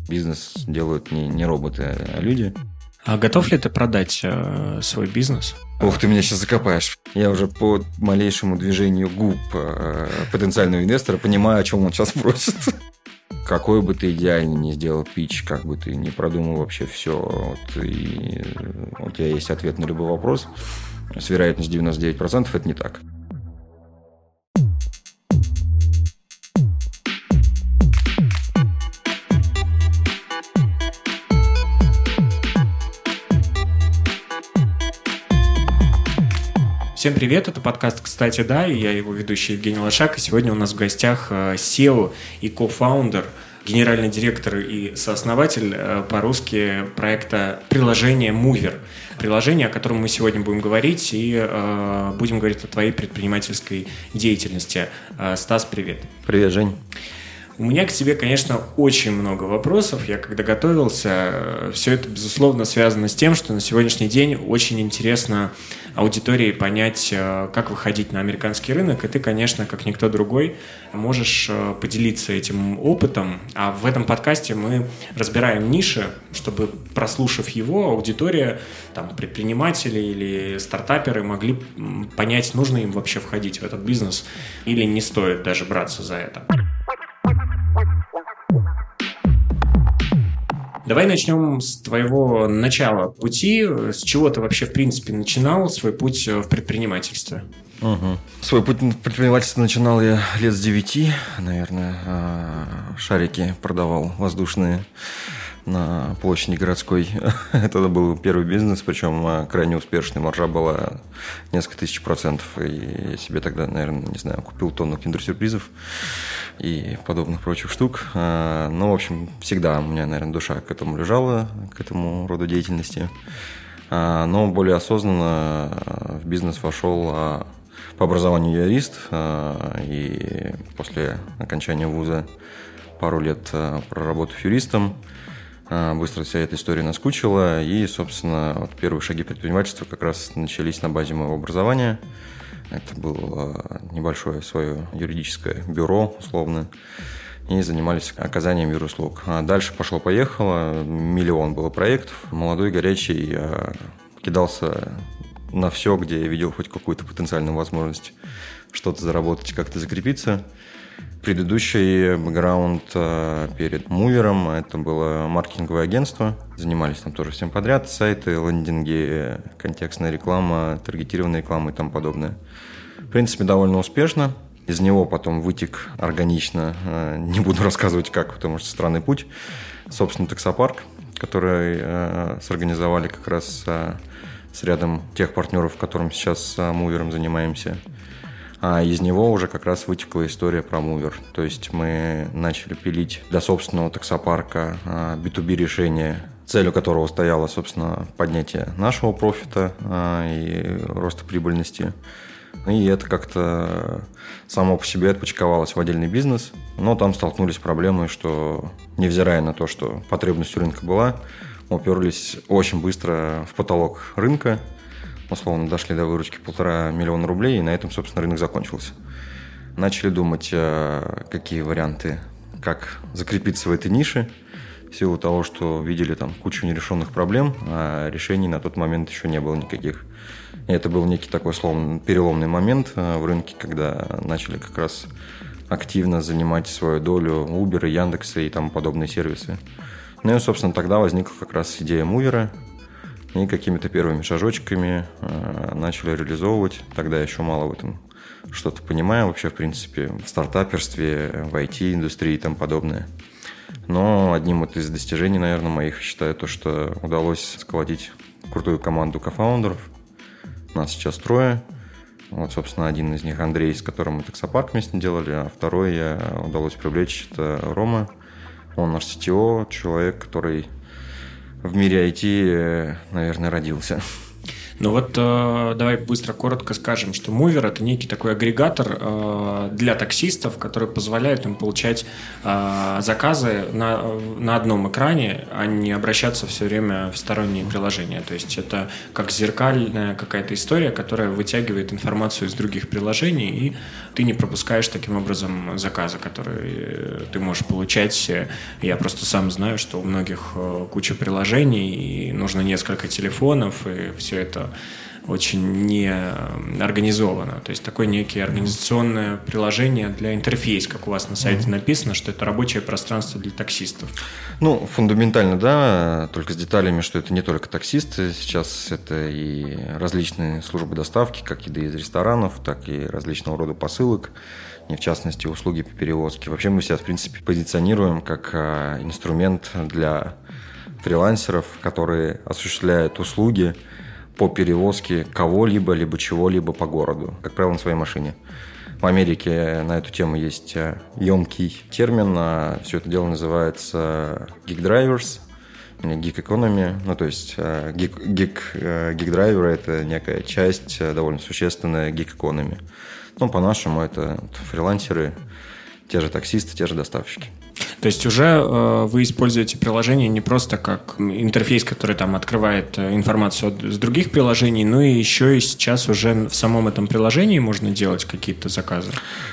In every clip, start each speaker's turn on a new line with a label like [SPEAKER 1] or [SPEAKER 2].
[SPEAKER 1] Бизнес делают не роботы, а люди.
[SPEAKER 2] А готов ли ты продать свой бизнес?
[SPEAKER 1] Ух, ты меня сейчас закопаешь. Я уже по малейшему движению губ потенциального инвестора понимаю, о чем он сейчас просит. Какой бы ты идеально не сделал питч, как бы ты не продумал вообще все, вот у тебя есть ответ на любой вопрос, с вероятностью 99% это не так.
[SPEAKER 2] Всем привет, это подкаст «Кстати, да», и я его ведущий Евгений Лошак, и сегодня у нас в гостях SEO и кофаундер, генеральный директор и сооснователь по-русски проекта приложения Mover. Приложение, о котором мы сегодня будем говорить, и будем говорить о твоей предпринимательской деятельности. Стас, привет.
[SPEAKER 1] Привет, Жень.
[SPEAKER 2] У меня к тебе, конечно, очень много вопросов. Я когда готовился, все это, безусловно, связано с тем, что на сегодняшний день очень интересно аудитории понять, как выходить на американский рынок. И ты, конечно, как никто другой, можешь поделиться этим опытом. А в этом подкасте мы разбираем ниши, чтобы, прослушав его, аудитория, там, предприниматели или стартаперы могли понять, нужно им вообще входить в этот бизнес или не стоит даже браться за это. Давай начнем с твоего начала пути. С чего ты вообще, в принципе, начинал свой путь в предпринимательстве?
[SPEAKER 1] Свой путь в предпринимательстве начинал я лет с 9, наверное. Шарики продавал воздушные на площади городской. Это был первый бизнес, причем крайне успешный. Маржа была несколько тысяч процентов. И я себе тогда, наверное, не знаю, купил тонну киндер-сюрпризов и подобных прочих штук. Ну, в общем, всегда у меня, наверное, душа к этому лежала, к этому роду деятельности. Но более осознанно в бизнес вошел по образованию юрист. И после окончания вуза пару лет проработав юристом, быстро вся эта история наскучила, и, собственно, вот первые шаги предпринимательства как раз начались на базе моего образования. Это было небольшое свое юридическое бюро, условно, и занимались оказанием юруслуг. А дальше пошло-поехало, миллион было проектов. Молодой, горячий, кидался на все, где я видел хоть какую-то потенциальную возможность что-то заработать, как-то закрепиться. Предыдущий бэкграунд перед Мувером – это было маркетинговое агентство. Занимались там тоже всем подряд. Сайты, лендинги, контекстная реклама, таргетированная реклама и тому подобное. В принципе, довольно успешно. Из него потом вытек органично. Не буду рассказывать как, потому что странный путь. Собственно, таксопарк, который сорганизовали как раз с рядом тех партнеров, которым сейчас Мувером занимаемся. А из него уже как раз вытекла история про Mover. То есть мы начали пилить для собственного таксопарка B2B решение, целью которого стояло, собственно, поднятие нашего профита и роста прибыльности. И это как-то само по себе отпочковалось в отдельный бизнес. Но там столкнулись с проблемой, что, невзирая на то, что потребность у рынка была, уперлись очень быстро в потолок рынка. Условно, дошли до выручки 1,5 миллиона рублей, и на этом, собственно, рынок закончился. Начали думать, какие варианты, как закрепиться в этой нише, в силу того, что видели там кучу нерешенных проблем, а решений на тот момент еще не было никаких. И это был некий такой, словно, переломный момент в рынке, когда начали как раз активно занимать свою долю Uber, Яндекса и тому подобные сервисы. Ну и, собственно, тогда возникла как раз идея Мувера, и какими-то первыми шажочками начали реализовывать. Тогда я еще мало в этом что-то понимаю вообще, в принципе, в стартаперстве, в IT-индустрии и тому подобное. Но одним из достижений, наверное, моих, считаю, то, что удалось сколотить крутую команду кофаундеров. Нас сейчас 3. Вот, собственно, один из них Андрей, с которым мы таксопарк вместе делали, а второй удалось привлечь, это Рома. Он наш CTO, человек, который в мире IT, наверное, родился.
[SPEAKER 2] Ну вот давай быстро, коротко скажем, что Mover – это некий такой агрегатор для таксистов, который позволяет им получать заказы на одном экране, а не обращаться все время в сторонние приложения. То есть это как зеркальная какая-то история, которая вытягивает информацию из других приложений, и ты не пропускаешь таким образом заказы, которые ты можешь получать. Я просто сам знаю, что у многих куча приложений, и нужно несколько телефонов, и все это очень не организовано. То есть такое некое организационное приложение для интерфейс, как у вас на сайте написано, что это рабочее пространство для таксистов.
[SPEAKER 1] Ну, фундаментально, да, только с деталями, что это не только таксисты, сейчас это и различные службы доставки, как еды из ресторанов, так и различного рода посылок, и в частности услуги по перевозке. Вообще мы себя, в принципе, позиционируем как инструмент для фрилансеров, которые осуществляют услуги по перевозке кого-либо, либо чего-либо по городу, как правило, на своей машине. В Америке на эту тему есть емкий термин. Все это дело называется gig drivers или gig economy. Ну, то есть gig driver – это некая часть довольно существенная gig economy. Ну, по-нашему, это фрилансеры, те же таксисты, те же доставщики.
[SPEAKER 2] То есть уже вы используете приложение не просто как интерфейс, который там открывает информацию с других приложений, но и еще и сейчас уже в самом этом приложении можно делать какие-то заказы?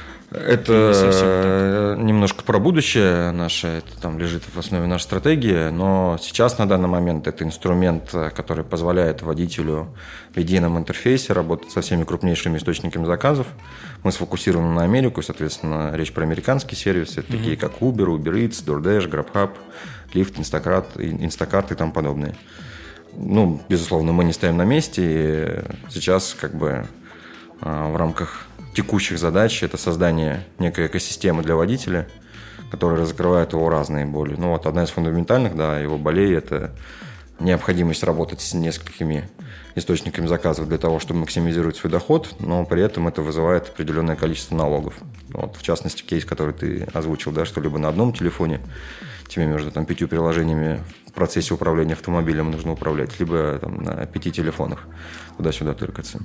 [SPEAKER 1] Это немножко про будущее наше, это там лежит в основе нашей стратегии, но сейчас на данный момент это инструмент, который позволяет водителю в едином интерфейсе работать со всеми крупнейшими источниками заказов. Мы сфокусированы на Америку, соответственно, речь про американские сервисы, такие как Uber, Uber Eats, DoorDash, GrabHub, Lyft, Instacart и тому подобные. Ну, безусловно, мы не стоим на месте, и сейчас как бы в рамках текущих задач это создание некой экосистемы для водителя, которая закрывает его разные боли. Ну вот одна из фундаментальных, да, его болей – это необходимость работать с несколькими источниками заказов для того, чтобы максимизировать свой доход, но при этом это вызывает определенное количество налогов. Вот, в частности, кейс, который ты озвучил, да, что либо на одном телефоне тебе между 5 приложениями в процессе управления автомобилем нужно управлять, либо там, на 5 телефонах туда-сюда тыркаться.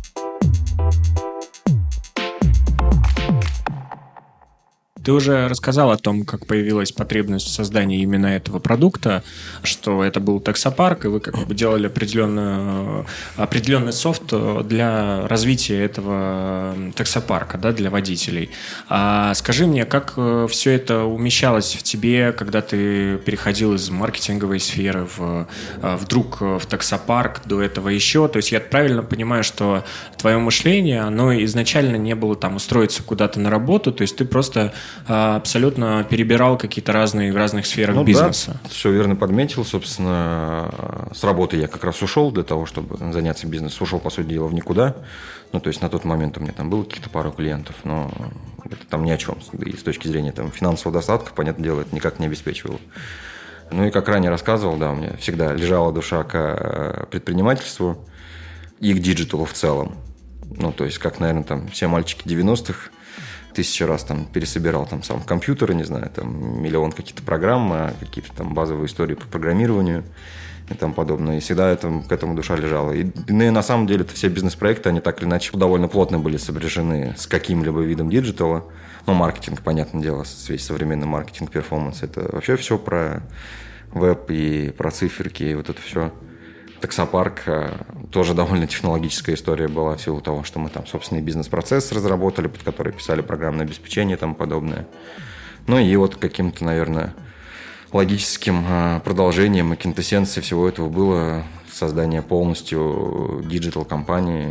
[SPEAKER 2] Ты уже рассказал о том, как появилась потребность в создании именно этого продукта, что это был таксопарк, и вы как бы делали определенный софт для развития этого таксопарка, да, для водителей. А скажи мне, как все это умещалось в тебе, когда ты переходил из маркетинговой сферы вдруг в таксопарк, до этого еще? То есть я правильно понимаю, что твое мышление, оно изначально не было там устроиться куда-то на работу, то есть ты просто абсолютно перебирал какие-то разные в разных сферах бизнеса.
[SPEAKER 1] Да, все верно подметил. Собственно, с работы я как раз ушел для того, чтобы заняться бизнесом. Ушел, по сути дела, в никуда. Ну, то есть на тот момент у меня там было каких-то пару клиентов, но это там ни о чем. И с точки зрения там, финансового достатка, понятное дело, это никак не обеспечивало. Ну и как ранее рассказывал, да, у меня всегда лежала душа к предпринимательству и к диджиталу в целом. Ну, то есть, как, наверное, там все мальчики 90-х 1000 раз там пересобирал там сам компьютеры, не знаю, там миллион каких-то программ, какие-то там базовые истории по программированию и тому подобное. И всегда к этому душа лежала. И на самом деле все бизнес-проекты, они так или иначе довольно плотно были сопряжены с каким-либо видом диджитала. Ну, маркетинг, понятное дело, весь современный маркетинг, перформанс, это вообще все про веб и про циферки, и вот это все. Таксопарк тоже довольно технологическая история была в силу того, что мы там собственный бизнес-процесс разработали, под который писали программное обеспечение и тому подобное. Ну и вот каким-то, наверное, логическим продолжением и квинтэссенцией всего этого было создание полностью диджитал-компании.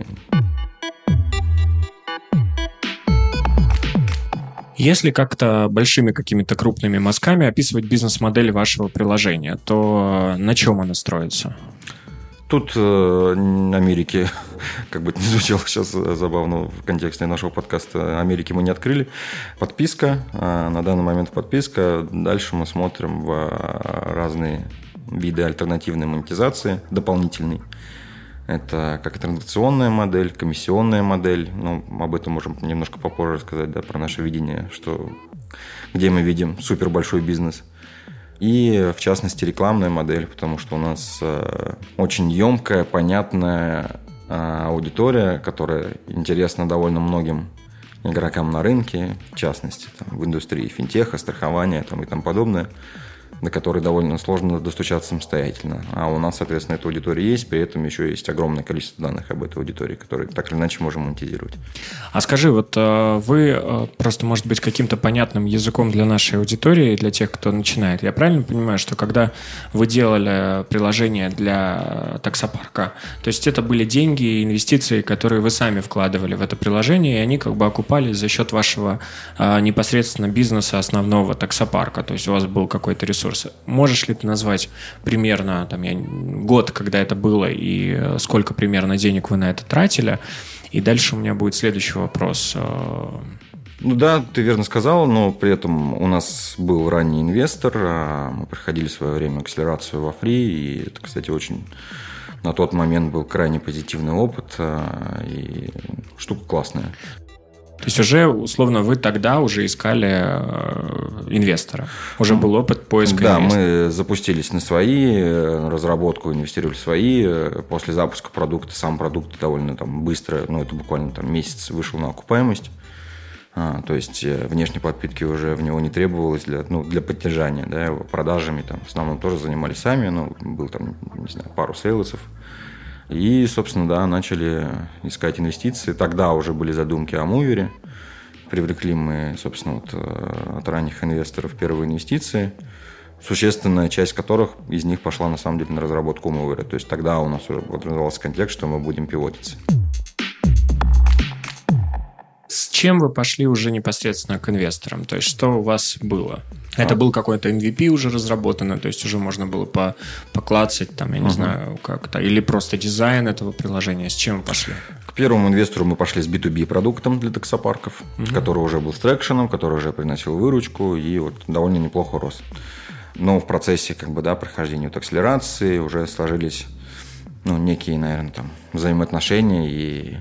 [SPEAKER 2] Если как-то большими какими-то крупными мазками описывать бизнес-модель вашего приложения, то на чем она строится?
[SPEAKER 1] Тут Америки, как бы это ни звучало сейчас забавно в контексте нашего подкаста, Америки мы не открыли. Подписка, на данный момент подписка. Дальше мы смотрим в разные виды альтернативной монетизации, дополнительной. Это как транзакционная модель, комиссионная модель. Ну, об этом можем немножко попозже рассказать, да, про наше видение, где мы видим супер большой бизнес. И, в частности, рекламная модель, потому что у нас очень емкая, понятная аудитория, которая интересна довольно многим игрокам на рынке, в частности, там, в индустрии финтеха, страхования там, и тому подобное, до которой довольно сложно достучаться самостоятельно. А у нас, соответственно, эта аудитория есть, при этом еще есть огромное количество данных об этой аудитории, которые так или иначе можем монетизировать.
[SPEAKER 2] А скажи, вот вы просто, может быть, каким-то понятным языком для нашей аудитории, для тех, кто начинает. Я правильно понимаю, что когда вы делали приложение для таксопарка, то есть это были деньги и инвестиции, которые вы сами вкладывали в это приложение, и они как бы окупались за счет вашего непосредственно бизнеса основного таксопарка, то есть у вас был какой-то ресурс. Можешь ли ты назвать примерно год, когда это было, и сколько примерно денег вы на это тратили? И дальше у меня будет следующий вопрос.
[SPEAKER 1] Ну да, ты верно сказал, но при этом у нас был ранний инвестор, мы проходили в свое время акселерацию во Фри, и это, кстати, очень на тот момент был крайне позитивный опыт, и штука классная.
[SPEAKER 2] То есть уже, условно, вы тогда уже искали инвестора? Уже был опыт поиска инвестора?
[SPEAKER 1] Да, мы запустились на свои, разработку инвестировали в свои. После запуска продукта, сам продукт довольно быстро, это буквально месяц, вышел на окупаемость. То есть внешней подпитки уже в него не требовалось для поддержания. Да, продажами в основном тоже занимались сами, был пару сейлсов. И, собственно, да, начали искать инвестиции. Тогда уже были задумки о Мувере. Привлекли мы, собственно, от ранних инвесторов первые инвестиции, существенная часть которых из них пошла, на самом деле, на разработку Мувера. То есть тогда у нас уже развивался контекст, что мы будем пивотиться.
[SPEAKER 2] С чем вы пошли уже непосредственно к инвесторам? То есть что у вас было? Это был какой-то MVP уже разработанный, то есть уже можно было поклацать, я не знаю, как-то, или просто дизайн этого приложения. С чем вы пошли?
[SPEAKER 1] К первому инвестору мы пошли с B2B продуктом для таксопарков, который уже был с трекшеном, который уже приносил выручку и довольно неплохо рос. Но в процессе прохождения акселерации уже сложились некие, наверное, взаимоотношения и,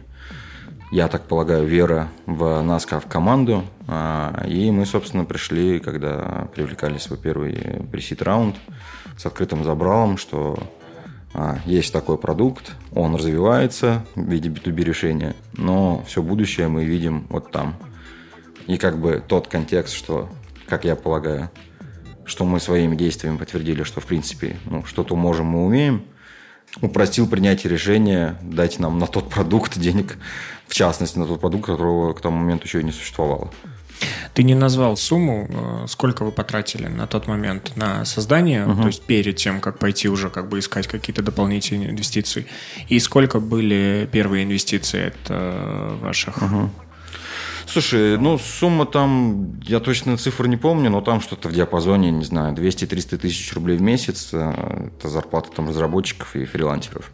[SPEAKER 1] я так полагаю, вера в нас как в команду. И мы, собственно, пришли, когда привлекали свой первый пресид раунд с открытым забралом, что есть такой продукт, он развивается в виде B2B решения, но все будущее мы видим вот там. И тот контекст, что, как я полагаю, что мы своими действиями подтвердили, что, в принципе, что-то можем, мы умеем, упростил принятие решения дать нам на тот продукт денег, в частности, на тот продукт, которого к тому моменту еще и не существовало.
[SPEAKER 2] Ты не назвал сумму, сколько вы потратили на тот момент на создание, то есть перед тем, как пойти уже искать какие-то дополнительные инвестиции, и сколько были первые инвестиции от ваших?
[SPEAKER 1] Слушай, сумма там, я точно цифры не помню, но там что-то в диапазоне, не знаю, 200-300 тысяч рублей в месяц. Это зарплата разработчиков и фрилансеров.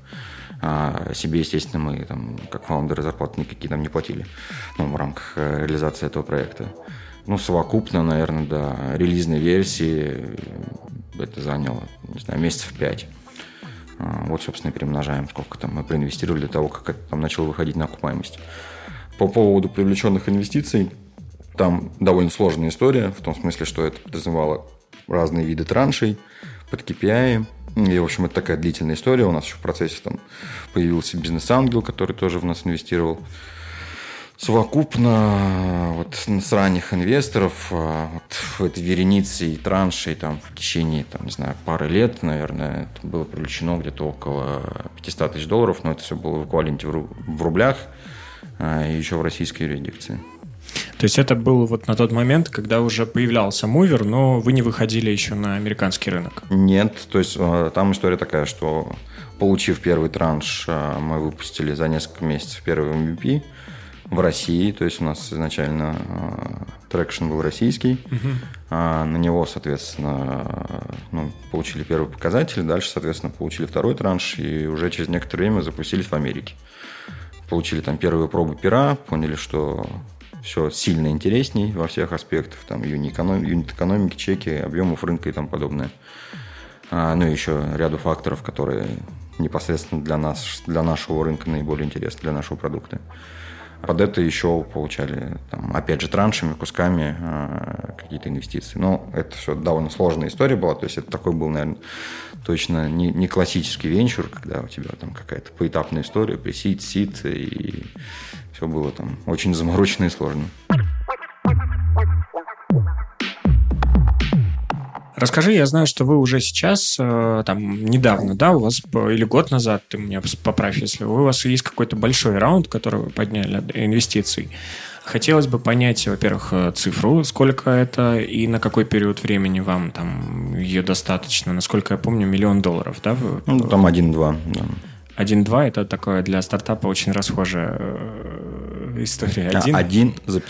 [SPEAKER 1] А себе, естественно, мы как фаундеры зарплаты никакие не платили в рамках реализации этого проекта. Совокупно, наверное, до релизной версии это заняло, не знаю, месяцев 5. Собственно, перемножаем, сколько мы проинвестировали до того, как это начало выходить на окупаемость. По поводу привлеченных инвестиций, там довольно сложная история, в том смысле, что это подразумевало разные виды траншей под KPI. И, в общем, это такая длительная история. У нас еще в процессе появился бизнес-ангел, который тоже в нас инвестировал. Совокупно с ранних инвесторов в этой веренице и траншей в течение пары лет, наверное, это было привлечено где-то около $500 тысяч, но это все было в эквиваленте в рублях и еще в российской юрисдикции.
[SPEAKER 2] То есть это был на тот момент, когда уже появлялся Мувер, но вы не выходили еще на американский рынок?
[SPEAKER 1] Нет, то есть там история такая, что, получив первый транш, мы выпустили за несколько месяцев первый MVP в России, то есть у нас изначально трекшн был российский, на него, соответственно, получили первый показатель, дальше, соответственно, получили второй транш и уже через некоторое время запустились в Америке. Получили первые пробы пера, поняли, что все сильно интересней во всех аспектах, юнит экономики, чеки, объемов рынка и тому подобное. И еще ряду факторов, которые непосредственно для нас, для нашего рынка наиболее интересны, для нашего продукта. Под это еще получали, там, опять же, траншами, кусками какие-то инвестиции. Но это все довольно сложная история была. То есть это такой был, наверное, точно не классический венчур, когда у тебя там какая-то поэтапная история, пресид, сид, и все было там очень заморочено и сложно.
[SPEAKER 2] Расскажи, я знаю, что вы уже сейчас, там, недавно, да, у вас, или год назад, ты меня поправь, если у вас есть какой-то большой раунд, который вы подняли инвестиций. Хотелось бы понять, во-первых, цифру, сколько это и на какой период времени вам там ее достаточно. Насколько я помню, $1 миллион, да?
[SPEAKER 1] Ну, там 1,2. Да.
[SPEAKER 2] 1,2 – это такое для стартапа очень расхожая история.
[SPEAKER 1] 1,2.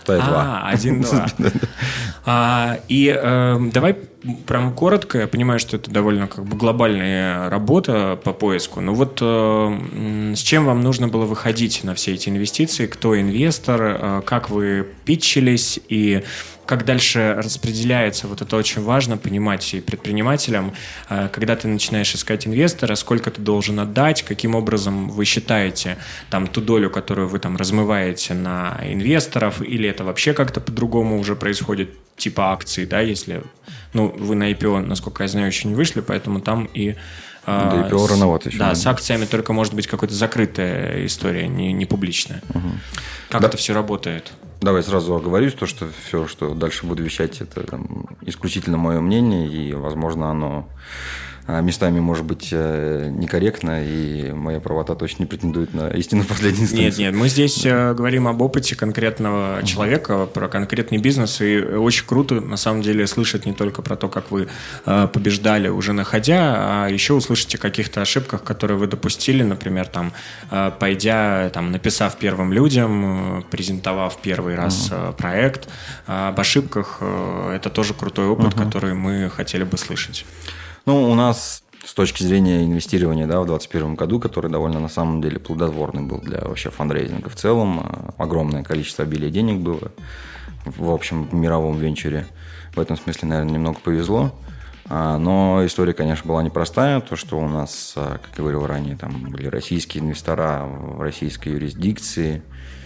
[SPEAKER 2] 1,2. И давай прям коротко. Я понимаю, что это довольно как бы глобальная работа по поиску. Но вот с чем вам нужно было выходить на все эти инвестиции? Кто инвестор? Как вы питчились? И как дальше распределяется, вот это очень важно понимать и предпринимателям, когда ты начинаешь искать инвестора, сколько ты должен отдать, каким образом вы считаете там ту долю, которую вы там размываете на инвесторов, или это вообще как-то по-другому уже происходит, типа акций, да, если, ну, вы на IPO, насколько я знаю, еще не вышли, поэтому там и
[SPEAKER 1] да, IPO рановато еще.
[SPEAKER 2] Да, с акциями только может быть какая-то закрытая история, не публичная.
[SPEAKER 1] Угу.
[SPEAKER 2] Как это все работает?
[SPEAKER 1] Давай сразу оговорюсь, то, что все, что дальше буду вещать, это там, исключительно мое мнение, и, возможно, оно местами может быть некорректно, и моя правота точно не претендует на истину в последней инстанции.
[SPEAKER 2] Нет, мы здесь говорим об опыте конкретного человека, про конкретный бизнес, и очень круто, на самом деле, слышать не только про то, как вы побеждали уже находя, а еще услышать о каких-то ошибках, которые вы допустили, например, там, пойдя, там, написав первым людям, презентовав первый раз проект, об ошибках. Это тоже крутой опыт, который мы хотели бы слышать.
[SPEAKER 1] Ну, у нас с точки зрения инвестирования, да, в 2021 году, который довольно на самом деле плодотворный был для вообще фандрейзинга в целом, огромное количество обилия денег было в общем в мировом венчуре. В этом смысле, наверное, немного повезло. Но история, конечно, была непростая. То, что у нас, как я говорил ранее, там были российские инвестора в российской юрисдикции,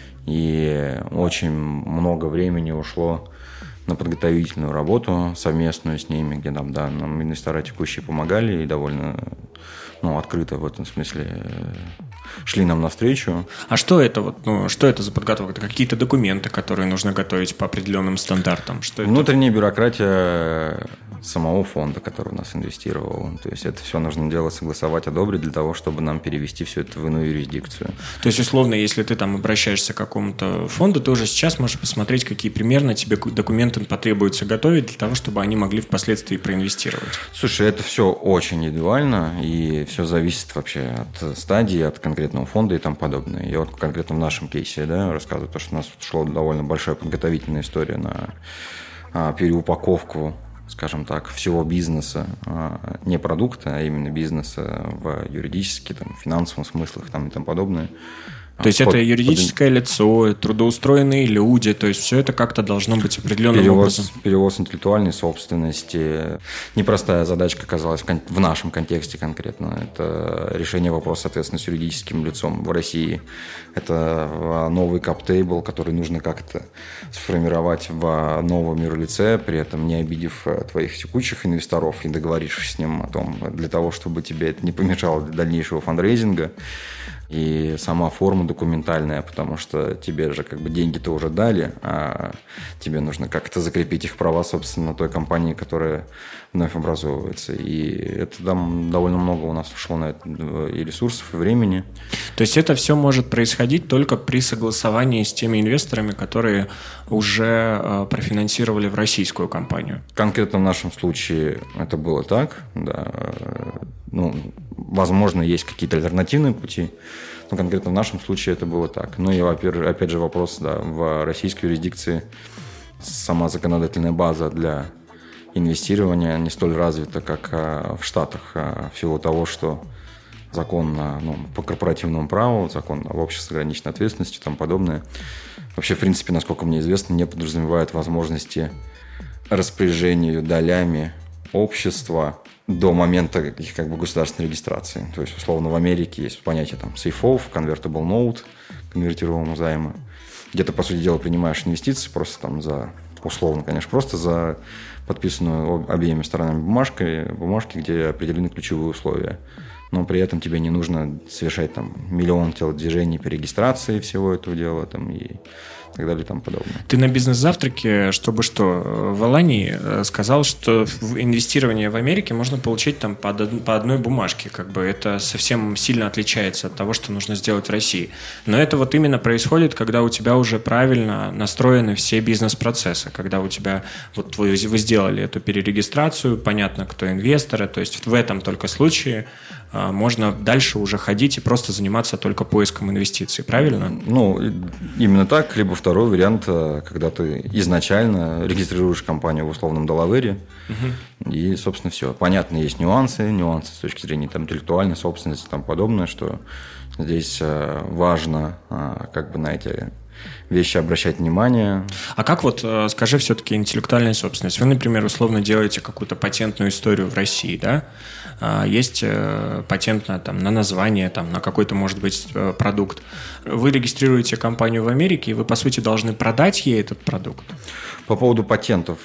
[SPEAKER 1] и очень много времени ушло на подготовительную работу совместную с ними, где нам, да, нам инвестора текущие помогали и довольно открыто в этом смысле шли нам навстречу.
[SPEAKER 2] А что это что это за подготовка? Это какие-то документы, которые нужно готовить по определенным стандартам? Что это?
[SPEAKER 1] Внутренняя бюрократия самого фонда, который у нас инвестировал. То есть это все нужно делать, согласовать, одобрить для того, чтобы нам перевести все это в иную юрисдикцию.
[SPEAKER 2] То есть, условно, если ты там обращаешься к какому-то фонду, ты уже сейчас можешь посмотреть, какие примерно тебе документы потребуется готовить для того, чтобы они могли впоследствии проинвестировать.
[SPEAKER 1] Слушай, это все очень индивидуально, и все зависит вообще от стадии, от конкретного фонда и тому подобное. Я вот конкретно в нашем кейсе, да, рассказываю, то, что у нас шло довольно большая подготовительная история на переупаковку, скажем так, всего бизнеса, не продукта, а именно бизнеса в юридически, там, финансовом смыслах там, и тому подобное.
[SPEAKER 2] То есть это юридическое лицо, трудоустроенные люди, то есть все это как-то должно быть определенным образом.
[SPEAKER 1] Перевоз интеллектуальной собственности. Непростая задачка оказалась в нашем контексте конкретно. Это решение вопроса, соответственно, с юридическим лицом в России. Это новый каптейбл, который нужно как-то сформировать в новом юрлице, при этом не обидев твоих текущих инвесторов и договорившись с ним о том, для того, чтобы тебе это не помешало для дальнейшего фандрейзинга. И сама форма документальная, потому что тебе же как бы деньги-то уже дали, а тебе нужно как-то закрепить их права, собственно, на той компании, которая вновь образовывается. И это там довольно много у нас ушло на это и ресурсов, и времени.
[SPEAKER 2] То есть это все может происходить только при согласовании с теми инвесторами, которые уже профинансировали в российскую компанию?
[SPEAKER 1] Конкретно в нашем случае это было так, да. Возможно, есть какие-то альтернативные пути, но конкретно в нашем случае это было так. Ну и, опять же, вопрос, да, в российской юрисдикции сама законодательная база для инвестирования не столь развита, как в Штатах, в силу того, что закон по корпоративному праву, закон об обществе с ограниченной ответственностью и тому подобное, вообще, в принципе, насколько мне известно, не подразумевает возможности распоряжению долями общества до момента их как бы государственной регистрации. То есть, условно, в Америке есть понятие там сейфов, convertible note, конвертируемого займа. где ты, по сути дела, принимаешь инвестиции просто там за, условно, конечно, просто за подписанную обеими сторонами бумажки, где определены ключевые условия. Но при этом тебе не нужно совершать там миллион телодвижений по регистрации всего этого дела там, и так далее и тому подобное.
[SPEAKER 2] Ты на бизнес-завтраке, в Алании сказал, что инвестирование в Америке можно получить там по одной бумажке. Как бы это совсем сильно отличается от того, что нужно сделать в России. Но это вот именно происходит, когда у тебя уже правильно настроены все бизнес-процессы, когда у тебя вот вы сделали эту перерегистрацию, понятно, кто инвесторы, то есть в этом только случае можно дальше уже ходить и просто заниматься только поиском инвестиций, правильно?
[SPEAKER 1] Ну, именно так, либо второй вариант, когда ты изначально регистрируешь компанию в условном Делавере, и, собственно, все. Понятно, есть нюансы с точки зрения там, интеллектуальной собственности и тому подобное, что здесь важно как бы на эти вещи обращать внимание.
[SPEAKER 2] А как вот, скажи, все-таки интеллектуальная собственность? Вы, например, условно делаете какую-то патентную историю в России, да? Есть патент на название, там, на какой-то, может быть, продукт. Вы регистрируете компанию в Америке, и вы, по сути, должны продать ей этот продукт?
[SPEAKER 1] По поводу патентов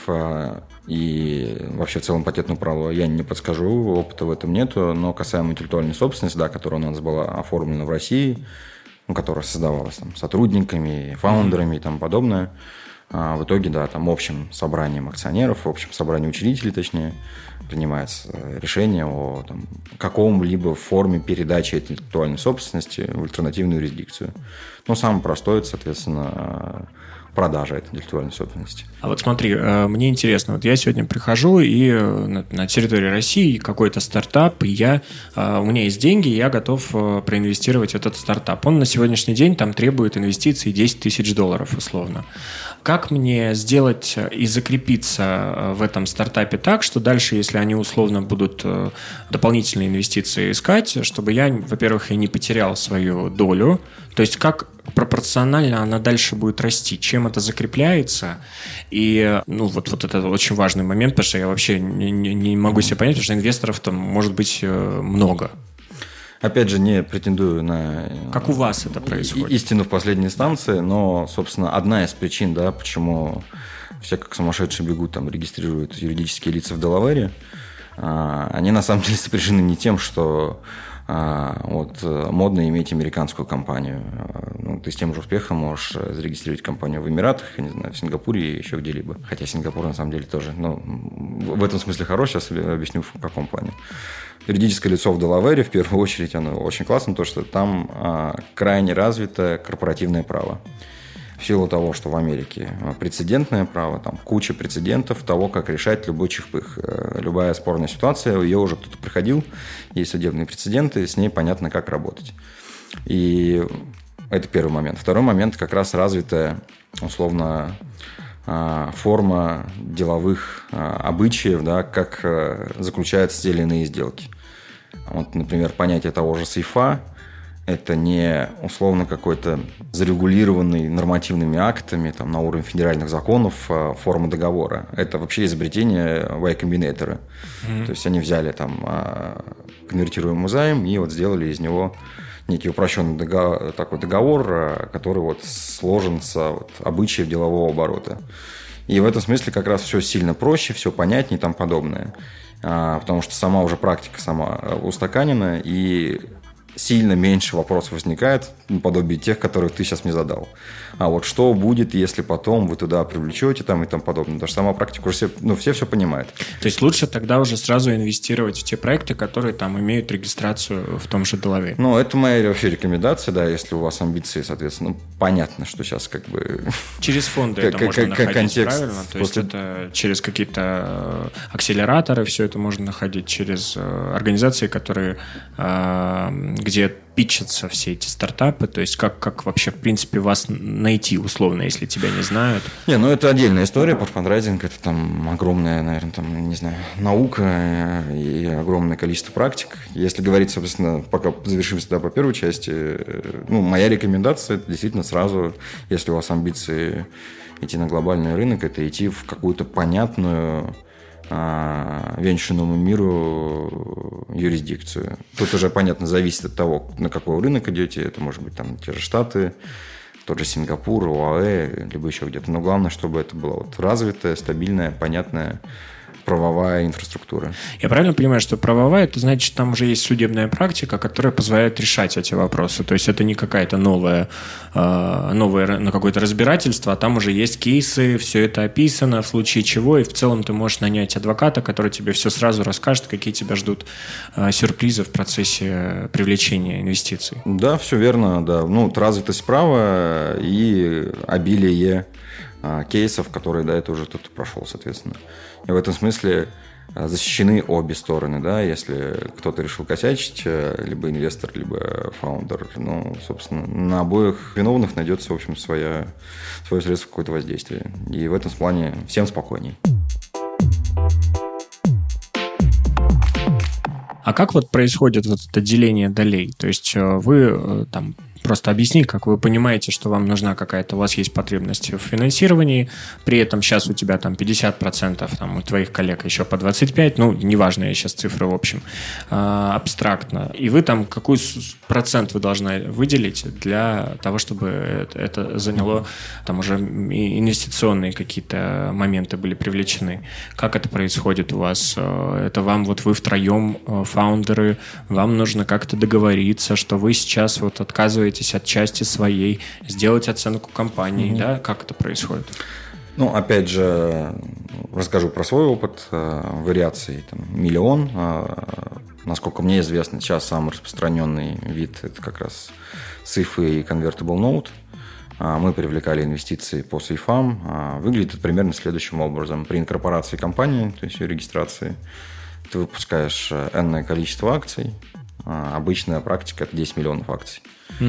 [SPEAKER 1] и вообще в целом патентного права я не подскажу, опыта в этом нету, но касаемо интеллектуальной собственности, да, которая у нас была оформлена в России, которая создавалась там, сотрудниками, фаундерами и тому подобное, в итоге, да, там общим собранием акционеров, общим собранием учредителей, точнее, принимается решение о там, каком-либо форме передачи интеллектуальной собственности в альтернативную юрисдикцию. Ну, самое простое, это, соответственно, продажа этой интеллектуальной собственности.
[SPEAKER 2] А вот смотри, мне интересно, вот я сегодня прихожу, и на территории России какой-то стартап, и у меня есть деньги, и я готов проинвестировать в этот стартап. Он на сегодняшний день там требует инвестиций $10 тысяч, условно. Как мне сделать и закрепиться в этом стартапе так, что дальше, если они условно будут дополнительные инвестиции искать, чтобы я, во-первых, и не потерял свою долю, то есть как пропорционально она дальше будет расти, чем это закрепляется. И вот это очень важный момент, потому что я вообще не могу себе понять, потому что инвесторов там может быть много.
[SPEAKER 1] Опять же, не претендую на
[SPEAKER 2] как у вас это происходит?
[SPEAKER 1] Истину в последней инстанции, но, собственно, одна из причин, да, почему все как сумасшедшие бегут, там, регистрируют юридические лица в Делавере, они на самом деле сопряжены не тем, что модно иметь американскую компанию. Ты с тем же успехом можешь зарегистрировать компанию в Эмиратах, я не знаю, в Сингапуре и еще где-либо. Хотя Сингапур на самом деле тоже. Но в этом смысле хорош, сейчас объясню в каком плане. Юридическое лицо в Делавере, в первую очередь, оно очень классно, то, что там крайне развито корпоративное право. В силу того, что в Америке прецедентное право, там куча прецедентов того, как решать любой чихпых. Любая спорная ситуация, ее уже кто-то проходил, есть судебные прецеденты, с ней понятно, как работать. И это первый момент. Второй момент, как раз развитая, условно, форма деловых обычаев, да, как заключаются те или иные сделки. Вот, например, понятие того же сейфа – это не условно какой-то зарегулированный нормативными актами там, на уровне федеральных законов форма договора. Это вообще изобретение Y Combinator. То есть они взяли там конвертируемый займ и вот сделали из него некий упрощенный договор, который вот сложен с обычаев делового оборота. И в этом смысле как раз все сильно проще, все понятнее и тому подобное. Потому что сама уже практика устаканена, и сильно меньше вопросов возникает, наподобие тех, которые ты сейчас мне задал. А вот что будет, если потом вы туда привлечете там и тому подобное? Потому что сама практика уже все понимают.
[SPEAKER 2] То есть лучше тогда уже сразу инвестировать в те проекты, которые там имеют регистрацию в том же Делавере?
[SPEAKER 1] Ну, это моя вообще рекомендация, да, если у вас амбиции, соответственно. Понятно, что сейчас как бы...
[SPEAKER 2] Через фонды это можно находить, правильно? То есть это через какие-то акселераторы все это можно находить, через организации, которые... где питчатся все эти стартапы, то есть как вообще, в принципе, вас найти условно, если тебя не знают?
[SPEAKER 1] Это отдельная история, под фандрайзинг, это там огромная, наверное, там, не знаю, наука и огромное количество практик. Если говорить, собственно, пока завершимся по первой части, моя рекомендация, это действительно сразу, если у вас амбиции идти на глобальный рынок, это идти в какую-то понятную венчурному миру юрисдикцию. Тут уже, понятно, зависит от того, на какой рынок идете. Это может быть там те же Штаты, тот же Сингапур, ОАЭ, либо еще где-то. Но главное, чтобы это была вот развитая, стабильная, понятная правовая инфраструктура.
[SPEAKER 2] Я правильно понимаю, что правовая, это значит, что там уже есть судебная практика, которая позволяет решать эти вопросы. То есть это не какая-то новое на какое-то разбирательство, а там уже есть кейсы, все это описано, в случае чего, и в целом ты можешь нанять адвоката, который тебе все сразу расскажет, какие тебя ждут сюрпризы в процессе привлечения инвестиций.
[SPEAKER 1] Да, все верно, да. Ну, развитость права и обилие кейсов, которые до этого уже кто-то прошел, соответственно. И в этом смысле защищены обе стороны, да, если кто-то решил косячить, либо инвестор, либо фаундер, ну, собственно, на обоих виновных найдется, в общем, свое средство какое-то воздействие. И в этом плане всем спокойней.
[SPEAKER 2] А как вот происходит вот это деление долей? То есть вы там просто объясни, как вы понимаете, что вам нужна какая-то, у вас есть потребность в финансировании, при этом сейчас у тебя там 50%, там у твоих коллег еще по 25%, ну, неважно, я сейчас цифры в общем, абстрактно. И вы там какой процент вы должны выделить для того, чтобы это заняло, там уже инвестиционные какие-то моменты были привлечены. Как это происходит у вас? Это вам вот вы втроем, фаундеры, вам нужно как-то договориться, что вы сейчас вот отказываетесь от части своей, сделать оценку компании, да? Как это происходит?
[SPEAKER 1] Ну, опять же, расскажу про свой опыт. Вариаций там, миллион. Насколько мне известно, сейчас самый распространенный вид – это как раз сейфы и convertible note. Мы привлекали инвестиции по сейфам. Выглядит это примерно следующим образом. При инкорпорации компании, то есть ее регистрации, ты выпускаешь энное количество акций. Обычная практика – это 10 миллионов акций.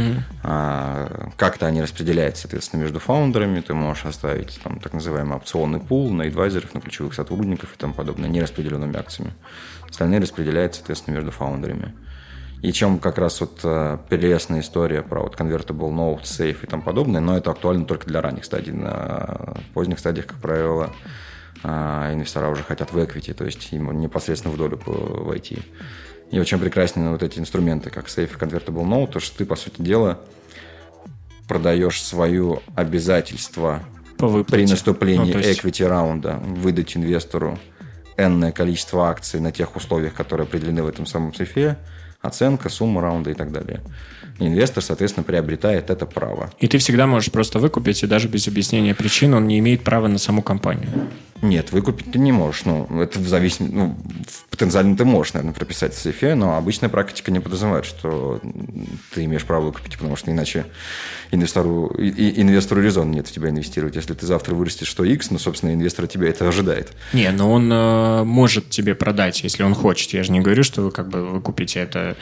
[SPEAKER 1] Как-то они распределяются, соответственно, между фаундерами. Ты можешь оставить там, так называемый опционный пул на адвайзеров, на ключевых сотрудников и тому подобное, нераспределенными акциями. Остальные распределяются, соответственно, между фаундерами. И чем как раз вот прелестная история про вот convertible note, safe и тому подобное, но это актуально только для ранних стадий. На поздних стадиях, как правило, инвестора уже хотят в equity, то есть им непосредственно в долю войти. И очень прекрасны вот эти инструменты, как Safe и Convertible Note, то что ты, по сути дела, продаешь свое обязательство при наступлении equity раунда выдать инвестору энное количество акций на тех условиях, которые определены в этом самом сейфе, оценка, сумма раунда и так далее. И инвестор, соответственно, приобретает это право.
[SPEAKER 2] И ты всегда можешь просто выкупить, и даже без объяснения причин он не имеет права на саму компанию.
[SPEAKER 1] Нет, выкупить ты не можешь. Ну, это в зависимости... Ну, потенциально ты можешь, наверное, прописать в сейфе, но обычная практика не подразумевает, что ты имеешь право выкупить, потому что иначе инвестору резон нет в тебя инвестировать. Если ты завтра вырастешь что X, ну, собственно, инвестор от тебя это ожидает.
[SPEAKER 2] Не, но он может тебе продать, если он хочет. Я же не говорю, что вы как бы вы купите это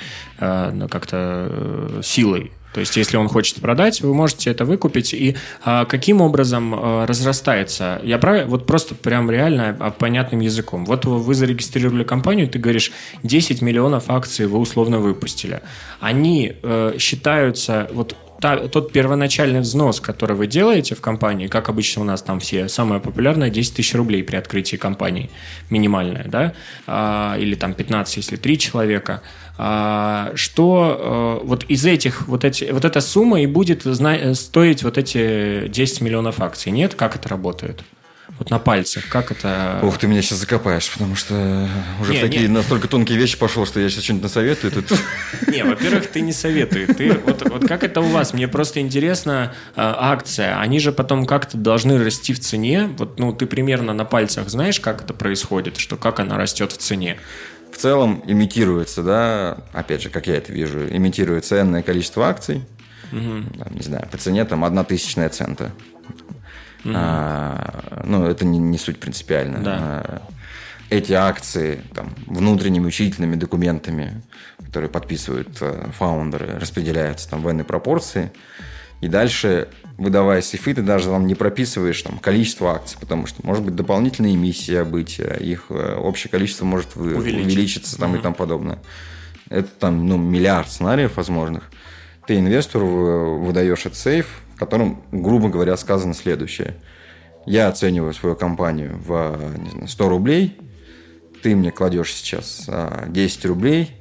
[SPEAKER 2] как-то силой. То есть, если он хочет продать, вы можете это выкупить. И каким образом разрастается? Я вот просто прям реально понятным языком. Вот вы зарегистрировали компанию, ты говоришь, 10 миллионов акций вы условно выпустили. Они считаются... Вот тот первоначальный взнос, который вы делаете в компании, как обычно у нас там все, самое популярное, 10 тысяч рублей при открытии компании, минимальное, да, или там 15, если 3 человека, что вот из этих, вот эта сумма и будет стоить вот эти 10 миллионов акций, нет? Как это работает? Вот на пальцах, как это...
[SPEAKER 1] Ух, ты меня сейчас закопаешь, потому что уже в такие настолько тонкие вещи пошел, что я сейчас что-нибудь насоветую.
[SPEAKER 2] Не, во-первых, ты не советуй. Вот как это у вас? Мне просто интересно, акция, они же потом как-то должны расти в цене. Вот, ну, ты примерно на пальцах знаешь, как это происходит, что как она растет в цене?
[SPEAKER 1] В целом имитируется, да, опять же, как я это вижу, имитируется энное количество акций, не знаю, по цене там 0,01 цента. Ну, это не суть принципиально.
[SPEAKER 2] Да.
[SPEAKER 1] Эти акции там, внутренними учительными документами, которые подписывают фаундеры, распределяются там, в энной пропорции. И дальше, выдавая сейфы, ты даже там не прописываешь там, количество акций, потому что может быть дополнительная эмиссия быть, их общее количество может увеличиться там, и тому подобное. Это там миллиард сценариев возможных. Ты инвестору выдаешь этот сейф, в котором, грубо говоря, сказано следующее. Я оцениваю свою компанию в 100 рублей, ты мне кладешь сейчас 10 рублей,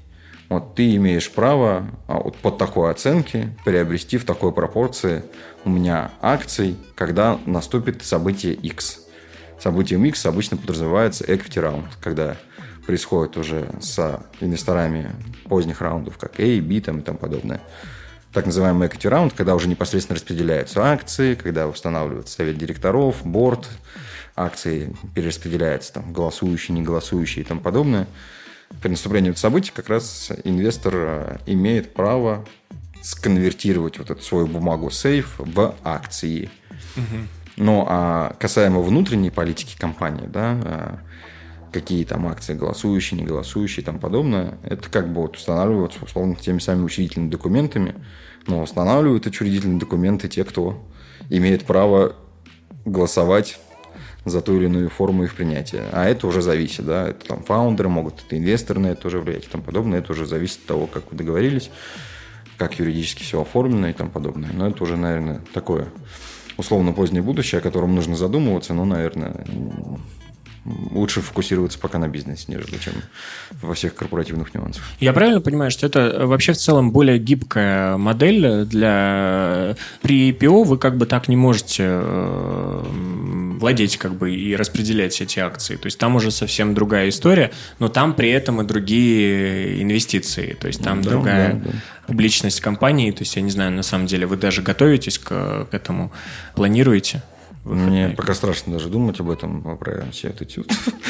[SPEAKER 1] вот ты имеешь право вот под такой оценки приобрести в такой пропорции у меня акций, когда наступит событие X. Событием X обычно подразумевается equity round, когда происходит уже с инвесторами поздних раундов, как A, B там, и тому подобное. Так называемый equity round, когда уже непосредственно распределяются акции, когда устанавливается совет директоров, борд, акции перераспределяются, там, голосующие, не голосующие и тому подобное. При наступлении этого события как раз инвестор имеет право сконвертировать вот эту свою бумагу сейф в акции. Ну, а касаемо внутренней политики компании, да, какие там акции голосующие, не голосующие и тому подобное, это как бы вот устанавливается, условно, теми самыми учредительными документами. Но устанавливают учредительные документы те, кто имеет право голосовать за ту или иную форму их принятия. А это уже зависит, да, это там фаундеры могут, это инвесторы на это тоже влиять и тому подобное. Это уже зависит от того, как вы договорились, как юридически все оформлено и тому подобное. Но это уже, наверное, такое условно позднее будущее, о котором нужно задумываться, но, наверное, лучше фокусироваться пока на бизнесе, нежели чем во всех корпоративных нюансах.
[SPEAKER 2] Я правильно понимаю, что это вообще в целом более гибкая модель для... При IPO вы как бы так не можете владеть как бы и распределять эти акции. То есть там уже совсем другая история, но там при этом и другие инвестиции. То есть там другая публичность компании. То есть я не знаю, на самом деле вы даже готовитесь к этому, планируете?
[SPEAKER 1] Мне пока страшно даже думать об этом, про все эти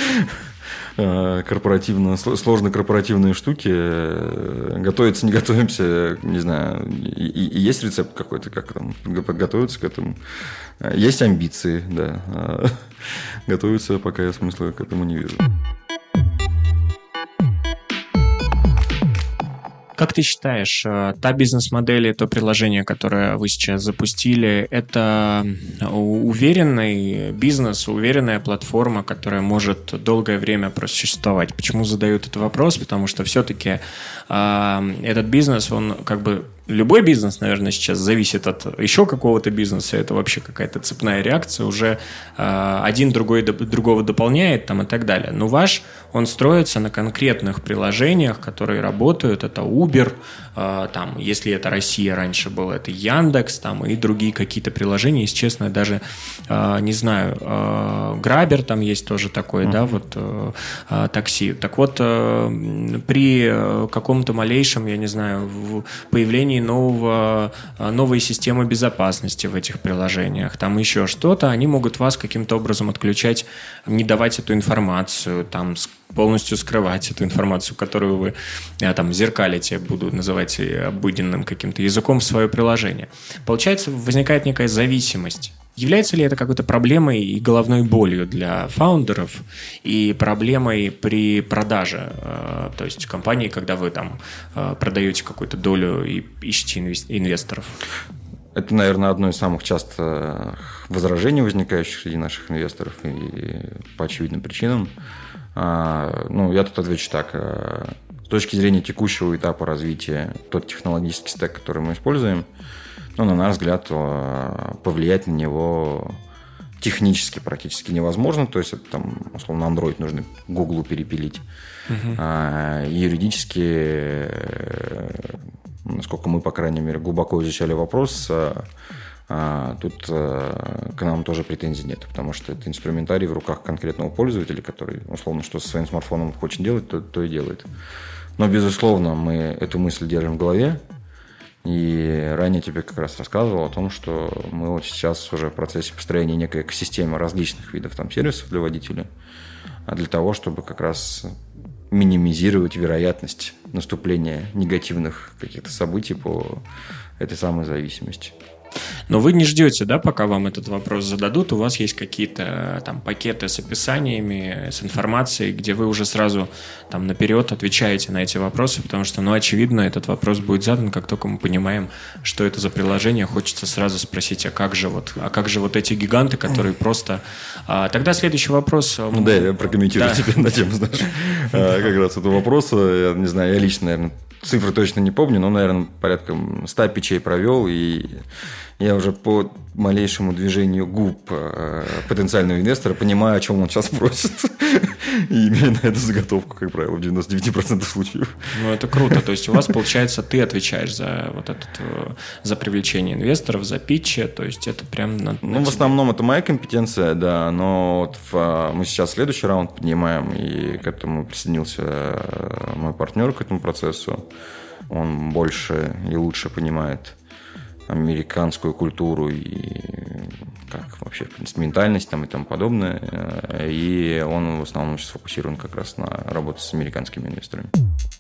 [SPEAKER 1] сложные корпоративные штуки. Готовиться, не готовимся, не знаю. И есть рецепт какой-то, как там подготовиться к этому. Есть амбиции, да. Готовиться пока я смысла к этому не вижу.
[SPEAKER 2] Как ты считаешь, та бизнес-модель и то приложение, которое вы сейчас запустили, это уверенный бизнес, уверенная платформа, которая может долгое время просуществовать? Почему задают этот вопрос? Потому что все-таки этот бизнес, он как бы... Любой бизнес, наверное, сейчас зависит от еще какого-то бизнеса. Это вообще какая-то цепная реакция. Уже один другого дополняет там, и так далее. Но ваш, он строится на конкретных приложениях, которые работают. Это Uber, там, если это Россия раньше было, это Яндекс там, и другие какие-то приложения. Если честно, я даже не знаю. Грабер там есть тоже такой, да, вот такси. Так вот, при каком-то малейшем, я не знаю, появлении новой системы безопасности в этих приложениях, там еще что-то, они могут вас каким-то образом отключать, не давать эту информацию, там полностью скрывать эту информацию, которую вы там зеркалите, буду называть обыденным каким-то языком, в свое приложение. Получается, возникает некая зависимость. Является ли это какой-то проблемой и головной болью для фаундеров и проблемой при продаже? То есть компании, когда вы там продаете какую-то долю и ищете инвесторов?
[SPEAKER 1] Это, наверное, одно из самых часто возражений, возникающих среди наших инвесторов, и по очевидным причинам. Ну, я тут отвечу так. С точки зрения текущего этапа развития, тот технологический стек, который мы используем, ну, на наш взгляд, повлиять на него технически практически невозможно. То есть, это там, условно, Android нужно Google перепилить. Юридически, насколько мы, по крайней мере, глубоко изучали вопрос, тут к нам тоже претензий нет, потому что это инструментарий в руках конкретного пользователя, который, условно, что со своим смартфоном хочет делать, то и делает. Но, безусловно, мы эту мысль держим в голове. И ранее тебе как раз рассказывал о том, что мы вот сейчас уже в процессе построения некой экосистемы различных видов там сервисов для водителей, для того, чтобы как раз минимизировать вероятность наступления негативных каких-то событий по этой самой зависимости.
[SPEAKER 2] Но вы не ждете, да, пока вам этот вопрос зададут, у вас есть какие-то там пакеты с описаниями, с информацией, где вы уже сразу там наперед отвечаете на эти вопросы, потому что, ну, очевидно, этот вопрос будет задан, как только мы понимаем, что это за приложение, хочется сразу спросить, а как же вот эти гиганты, которые просто... Тогда следующий вопрос...
[SPEAKER 1] Ну да, я прокомментирую теперь на тему, знаешь, как раз этого вопроса, я не знаю, я лично, наверное, цифры точно не помню, но, наверное, порядка 100 питчей провел, и я уже по малейшему движению губ потенциального инвестора понимаю, о чем он сейчас просит. И имею на эту заготовку, как правило, в 99% случаев.
[SPEAKER 2] Ну, это круто. То есть у вас, получается, ты отвечаешь за вот этот, за привлечение инвесторов, за питчи. То есть это прям
[SPEAKER 1] Ну, в основном это моя компетенция, да. Но вот мы сейчас следующий раунд поднимаем, и к этому присоединился мой партнер к этому процессу. Он больше и лучше понимает американскую культуру и как вообще, в принципе, ментальность там и тому подобное. И он в основном сейчас сфокусирован как раз на работе с американскими инвесторами.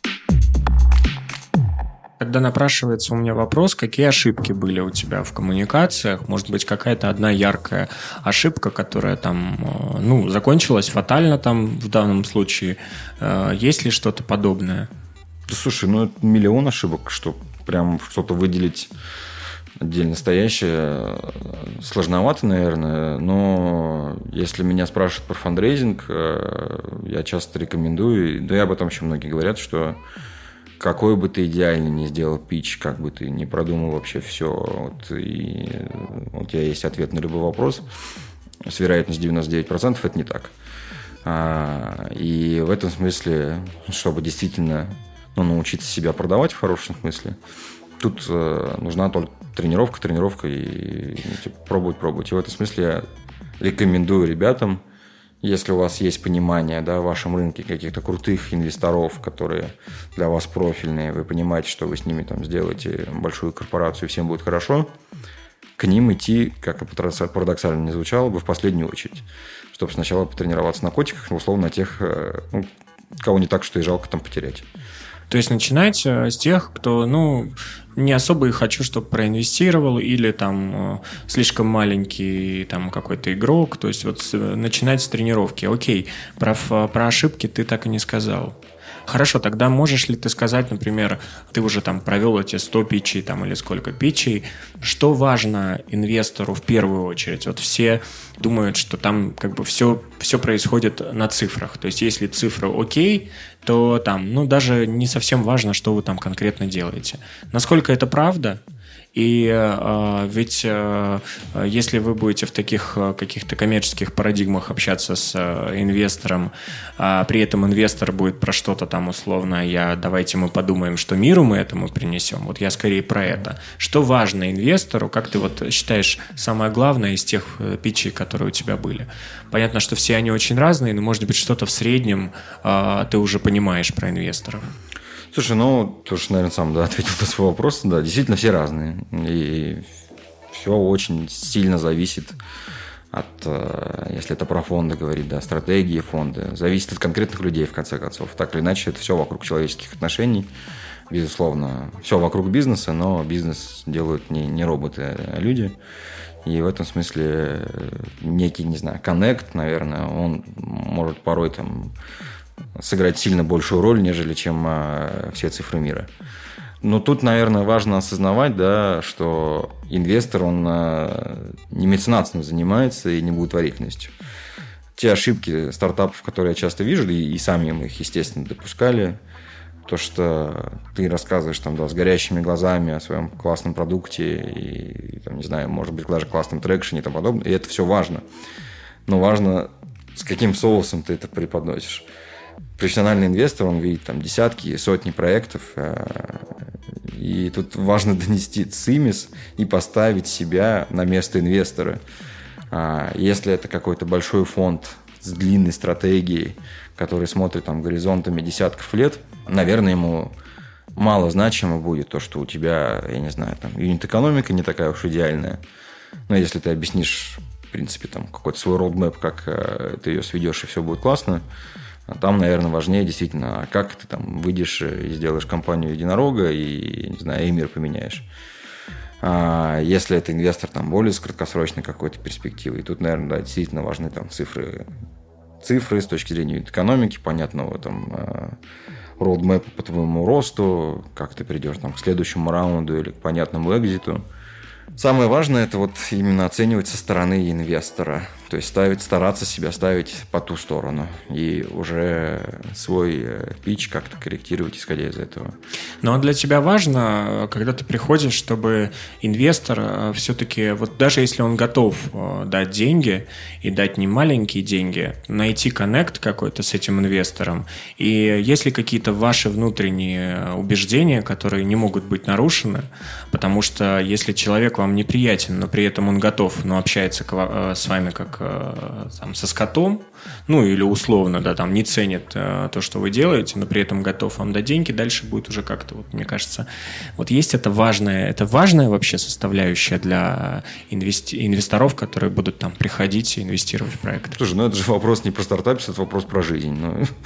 [SPEAKER 2] Тогда напрашивается у меня вопрос, какие ошибки были у тебя в коммуникациях? Может быть, какая-то одна яркая ошибка, которая там, ну, закончилась фатально там в данном случае. Есть ли что-то подобное?
[SPEAKER 1] Да, слушай, ну, это миллион ошибок, что прям что-то выделить отдельно стоящее сложновато, наверное, но если меня спрашивают про фандрейзинг, я часто рекомендую, да и об этом еще многие говорят, что какой бы ты идеально ни сделал питч, как бы ты ни продумал вообще все, вот, и у тебя есть ответ на любой вопрос, с вероятностью 99% это не так. И в этом смысле, чтобы действительно научиться себя продавать в хорошем смысле, тут нужна только тренировка и типа, пробовать. И в этом смысле я рекомендую ребятам, если у вас есть понимание, да, в вашем рынке каких-то крутых инвесторов, которые для вас профильные, вы понимаете, что вы с ними там сделаете большую корпорацию, и всем будет хорошо, к ним идти, как и парадоксально не звучало бы, в последнюю очередь, чтобы сначала потренироваться на котиках, условно, на тех, кого не так, что и жалко там потерять.
[SPEAKER 2] То есть начинать с тех, кто, ну, не особо и хочу, чтобы проинвестировал, или там слишком маленький там какой-то игрок. То есть вот начинать с тренировки. Окей, про ошибки ты так и не сказал. Хорошо, тогда можешь ли ты сказать, например, ты уже там провел эти 100 питчей там, или сколько питчей, что важно инвестору в первую очередь? Вот все думают, что там как бы все происходит на цифрах. То есть если цифры окей, то там, ну, даже не совсем важно, что вы там конкретно делаете. Насколько это правда? И ведь если вы будете в таких каких-то коммерческих парадигмах общаться с инвестором, при этом инвестор будет про что-то там условно, давайте мы подумаем, что миру мы этому принесем. Вот я скорее про это. Что важно инвестору? Как ты вот считаешь самое главное из тех питчей, которые у тебя были? Понятно, что все они очень разные, но может быть что-то в среднем ты уже понимаешь про инвесторов.
[SPEAKER 1] Слушай, ну, ты уж, наверное, сам ответил на свой вопрос. Да, действительно, все разные. И все очень сильно зависит от, если это про фонды говорить, да, стратегии фонда. Зависит от конкретных людей, в конце концов. Так или иначе, это все вокруг человеческих отношений. Безусловно, все вокруг бизнеса, но бизнес делают не роботы, а люди. И в этом смысле некий, не знаю, коннект, наверное, он может порой там сыграть сильно большую роль, нежели чем все цифры мира. Но тут, наверное, важно осознавать, да, что инвестор, он не меценатством занимается и не благотворительностью. Те ошибки стартапов, которые я часто вижу, и сами мы их, естественно, допускали, то, что ты рассказываешь там, да, с горящими глазами о своем классном продукте и там, не знаю, может быть, даже классном трекшене и тому подобное, и это все важно. Но важно, с каким соусом ты это преподносишь. Профессиональный инвестор, он видит там десятки, сотни проектов, и тут важно донести цимис и поставить себя на место инвестора. Если это какой-то большой фонд с длинной стратегией, который смотрит там горизонтами десятков лет, наверное, ему мало значимо будет то, что у тебя, я не знаю, там юнит-экономика не такая уж идеальная. Но если ты объяснишь, в принципе, там какой-то свой roadmap, как ты ее сведешь, и все будет классно, там, наверное, важнее действительно, как ты там выйдешь и сделаешь компанию единорога и, не знаю, мир поменяешь. Если это инвестор там более с краткосрочной какой-то перспективой, тут, наверное, да, действительно важны там цифры с точки зрения экономики, понятного там роудмэпа по твоему росту, как ты придешь там к следующему раунду или к понятному экзиту. Самое важное – это вот именно оценивать со стороны инвестора. То есть стараться себя ставить по ту сторону и уже свой питч как-то корректировать, исходя из этого.
[SPEAKER 2] Ну, а для тебя важно, когда ты приходишь, чтобы инвестор все-таки, вот даже если он готов дать деньги и дать не маленькие деньги, найти коннект какой-то с этим инвестором, и есть ли какие-то ваши внутренние убеждения, которые не могут быть нарушены, потому что если человек вам неприятен, но при этом он готов, но общается с вами как там, со скотом, ну или условно, да, там не ценит то, что вы делаете, но при этом готов вам дать деньги, дальше будет уже как-то, вот, мне кажется, вот есть это важная вообще составляющая для инвесторов, которые будут там приходить и инвестировать в проект.
[SPEAKER 1] Слушай, ну это же вопрос не про стартаперство, это вопрос про жизнь.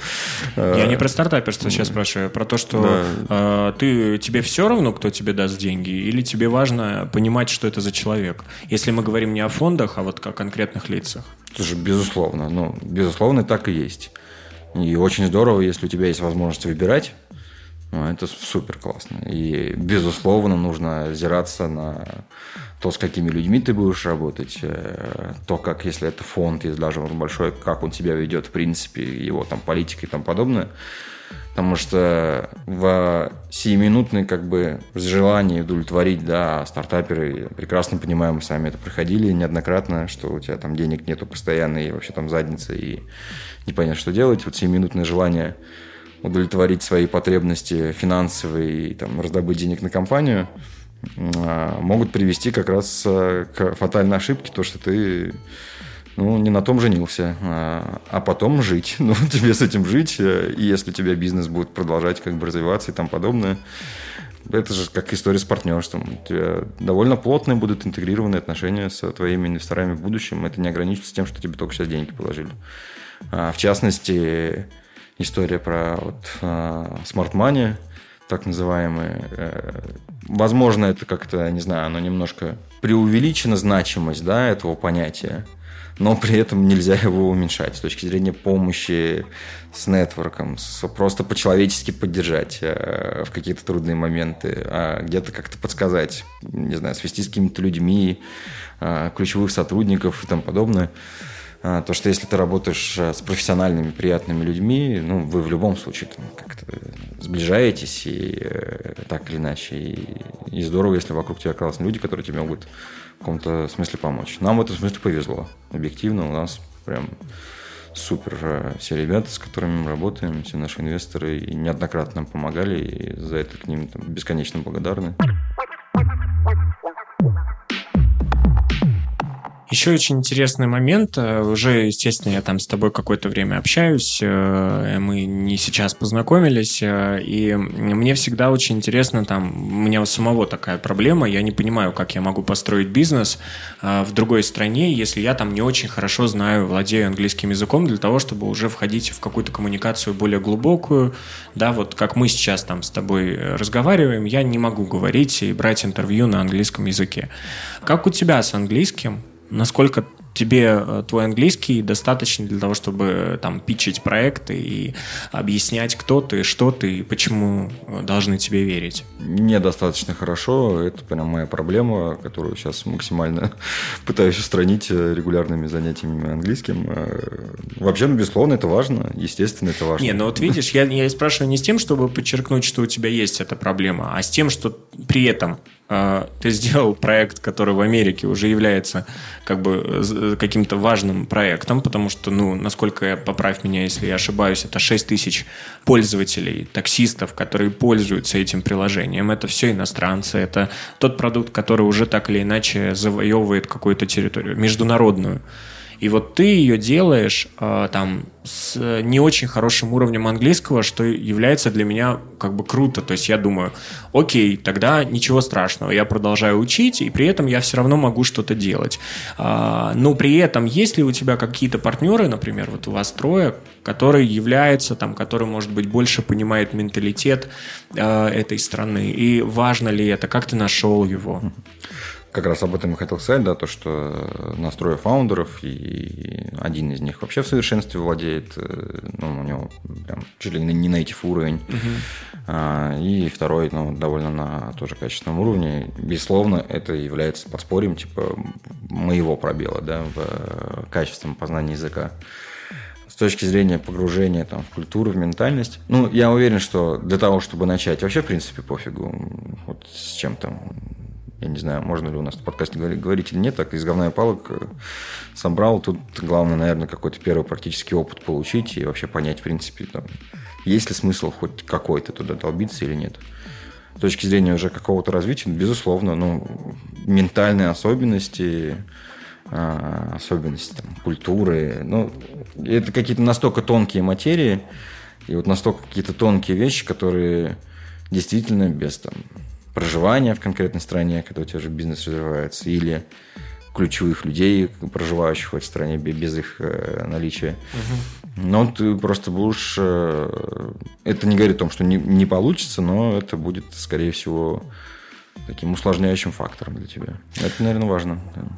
[SPEAKER 2] Я не про стартаперство сейчас спрашиваю, про то, что тебе все равно, кто тебе даст деньги, или тебе важно понимать, что это за человек, если мы говорим не о фондах, а вот о конкретных лицах.
[SPEAKER 1] Слушай, безусловно. Безусловно, так и есть. И очень здорово, если у тебя есть возможность выбирать. Это супер классно. И, безусловно, нужно озираться на то, с какими людьми ты будешь работать, то, как, если это фонд, если даже он большой, как он себя ведет, в принципе, его там политика и тому подобное. Потому что в сиюминутной желании удовлетворить, да, стартаперы прекрасно понимаем, мы сами это проходили неоднократно, что у тебя там денег нету постоянно, и вообще там задница, и непонятно, что делать. Вот сиюминутное желание удовлетворить свои потребности финансовые и там, раздобыть денег на компанию могут привести как раз к фатальной ошибке, то, что ты не на том женился, а потом жить. Тебе с этим жить, и если у тебя бизнес будет продолжать развиваться и тому подобное, это же как история с партнерством. У тебя довольно плотные будут интегрированные отношения с твоими инвесторами в будущем. Это не ограничится тем, что тебе только сейчас деньги положили. В частности, история про smart money, так называемые. Возможно, это как-то, не знаю, оно немножко преувеличена значимость, да, этого понятия, но при этом нельзя его уменьшать с точки зрения помощи с нетворком, просто по-человечески поддержать в какие-то трудные моменты, где-то как-то подсказать, не знаю, свести с какими-то людьми, ключевых сотрудников и тому подобное. То, что если ты работаешь с профессиональными, приятными людьми, вы в любом случае как-то сближаетесь, и так или иначе. И здорово, если вокруг тебя классные люди, которые тебе могут в каком-то смысле помочь. Нам в этом смысле повезло. Объективно у нас прям супер все ребята, с которыми мы работаем, все наши инвесторы, и неоднократно нам помогали, и за это к ним бесконечно благодарны.
[SPEAKER 2] Еще очень интересный момент. Уже, естественно, я там с тобой какое-то время общаюсь. Мы не сейчас познакомились. И мне всегда очень интересно, у меня у самого такая проблема. Я не понимаю, как я могу построить бизнес в другой стране, если я там не очень хорошо знаю, владею английским языком, для того, чтобы уже входить в какую-то коммуникацию более глубокую. Да, вот как мы сейчас там с тобой разговариваем, я не могу говорить и брать интервью на английском языке. Как у тебя с английским? Насколько тебе твой английский достаточно для того, чтобы там питчить проекты и объяснять, кто ты, что ты и почему должны тебе верить?
[SPEAKER 1] Недостаточно хорошо. Это прям моя проблема, которую сейчас максимально пытаюсь устранить регулярными занятиями английским. Вообще, безусловно, это важно. Естественно, это важно.
[SPEAKER 2] Не, вот видишь, я спрашиваю не с тем, чтобы подчеркнуть, что у тебя есть эта проблема, а с тем, что при этом ты сделал проект, который в Америке уже является каким-то важным проектом, потому что, насколько поправь меня, если я ошибаюсь, это 6 тысяч пользователей, таксистов, которые пользуются этим приложением. Это все иностранцы, это тот продукт, который уже так или иначе завоевывает какую-то территорию международную. И вот ты ее делаешь с не очень хорошим уровнем английского, что является для меня круто. То есть я думаю, окей, тогда ничего страшного, я продолжаю учить, и при этом я все равно могу что-то делать. Но при этом есть ли у тебя какие-то партнеры, например, вот у вас трое, который является, который, может быть, больше понимает менталитет этой страны, и важно ли это, как ты нашел его?
[SPEAKER 1] как раз об этом и хотел сказать, да, то, что настрой фаундеров, и один из них вообще в совершенстве владеет, ну, у него прям чуть ли не native уровень, и второй, ну, довольно на тоже качественном уровне. Безусловно, это является подспорьем, типа, моего пробела, да, в качественном познании языка. С точки зрения погружения там, в культуру, в ментальность, ну, я уверен, что для того, чтобы начать, вообще, в принципе, пофигу, вот с чем там. Я не знаю, можно ли у нас в подкасте говорить или нет, так из говна и палок собрал. Тут главное, наверное, какой-то первый практический опыт получить и вообще понять, в принципе, там, есть ли смысл хоть какой-то туда долбиться или нет. С точки зрения уже какого-то развития, безусловно, ну, ментальные особенности там, культуры, ну, это какие-то настолько тонкие материи и вот настолько какие-то тонкие вещи, которые действительно без там проживания в конкретной стране, когда у тебя же бизнес развивается, или ключевых людей, проживающих в этой стране без их наличия. Но ты просто будешь... Это не говорит о том, что не получится, но это будет, скорее всего, таким усложняющим фактором для тебя. Это, наверное, важно.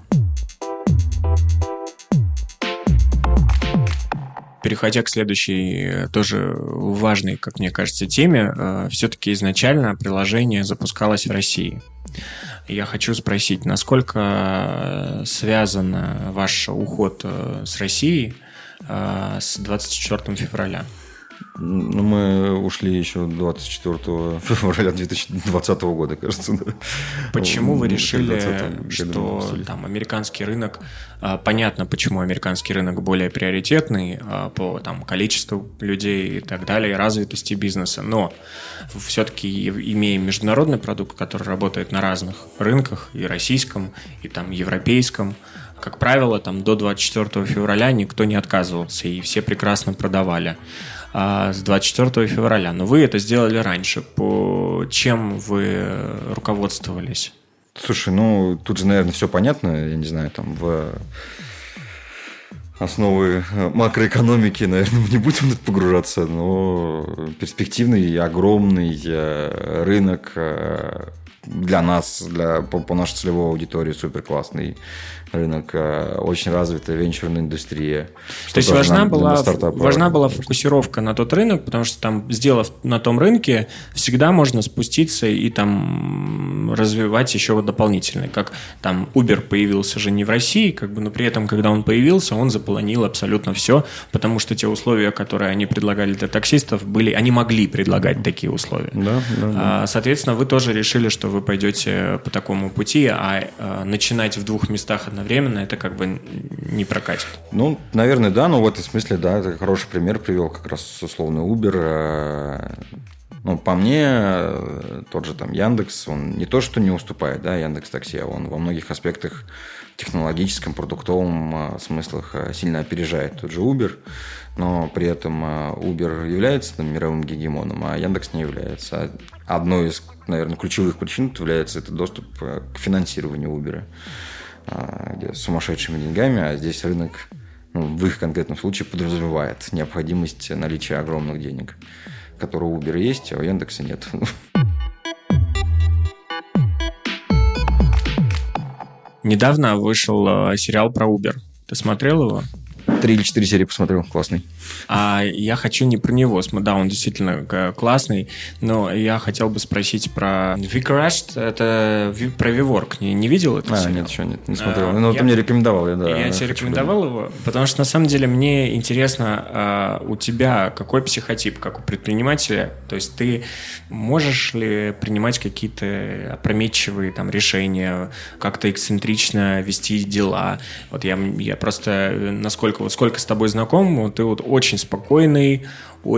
[SPEAKER 2] Переходя к следующей, тоже важной, как мне кажется, теме, все-таки изначально приложение запускалось в России. Я хочу спросить, насколько связан ваш уход с Россией с 24 февраля?
[SPEAKER 1] Ну, мы ушли еще 24 февраля 2020 года, кажется. Да.
[SPEAKER 2] Почему вы решили, что там американский рынок... Понятно, почему американский рынок более приоритетный по там, количеству людей и так далее, и развитости бизнеса, но все-таки имея международный продукт, который работает на разных рынках, и российском, и там европейском, как правило, там до 24 февраля никто не отказывался, и все прекрасно продавали. С 24 февраля. Но вы это сделали раньше. По чем вы руководствовались?
[SPEAKER 1] Слушай, ну, тут же, наверное, все понятно. Я не знаю, там в основы макроэкономики, наверное, мы не будем тут погружаться, но перспективный, огромный рынок для нас, по нашей целевой аудитории, супер классный рынок, очень развитая венчурная индустрия.
[SPEAKER 2] То есть важна была фокусировка на тот рынок, потому что там, сделав на том рынке, всегда можно спуститься и там развивать еще дополнительно. Как там Uber появился же не в России, как бы, но при этом, когда он появился, он заполонил абсолютно все, потому что те условия, которые они предлагали для таксистов, они могли предлагать такие условия.
[SPEAKER 1] Да.
[SPEAKER 2] Соответственно, вы тоже решили, что вы пойдете по такому пути, а начинать в двух местах одновременно это как бы не прокатит.
[SPEAKER 1] Ну, наверное, да, но в этом смысле, да, это хороший пример привел как раз условно Uber. Ну, по мне, тот же там Яндекс, он не то, что не уступает, да, Яндекс.Такси, а он во многих аспектах технологическом, продуктовом смыслах сильно опережает тот же Uber, но при этом Uber является там мировым гегемоном, а Яндекс не является. Одной из, наверное, ключевых причин является это доступ к финансированию Uber, где с сумасшедшими деньгами, а здесь рынок, ну, в их конкретном случае подразумевает необходимость наличия огромных денег, которые у Uber есть, а у Яндекса нет.
[SPEAKER 2] Недавно вышел сериал про Uber. Ты смотрел его?
[SPEAKER 1] 3 или 4 серии посмотрел, классный.
[SPEAKER 2] А я хочу не про него. Да, он действительно классный, но я хотел бы спросить про WeCrashed, это про WeWork. Не видел это?
[SPEAKER 1] Нет, еще нет, не смотрел. Но ты мне рекомендовал.
[SPEAKER 2] Я тебе рекомендовал его, потому что на самом деле мне интересно, у тебя какой психотип, как у предпринимателя? То есть ты можешь ли принимать какие-то опрометчивые там решения, как-то эксцентрично вести дела? Вот я просто, сколько с тобой знаком, ты вот очень спокойный,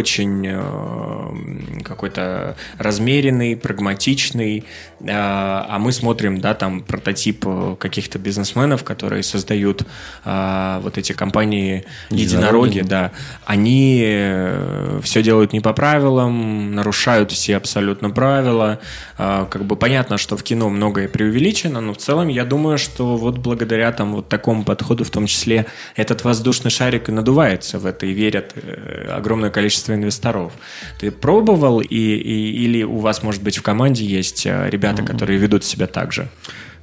[SPEAKER 2] очень какой-то размеренный, прагматичный, а мы смотрим, да, там прототип каких-то бизнесменов, которые создают вот эти компании единороги, да, они все делают не по правилам, нарушают все абсолютно правила, как бы понятно, что в кино многое преувеличено, но в целом я думаю, что вот благодаря там вот такому подходу, в том числе этот воздушный шарик и надувается в это, и верят огромное количество инвесторов. Ты пробовал или у вас, может быть, в команде есть ребята, которые ведут себя так же?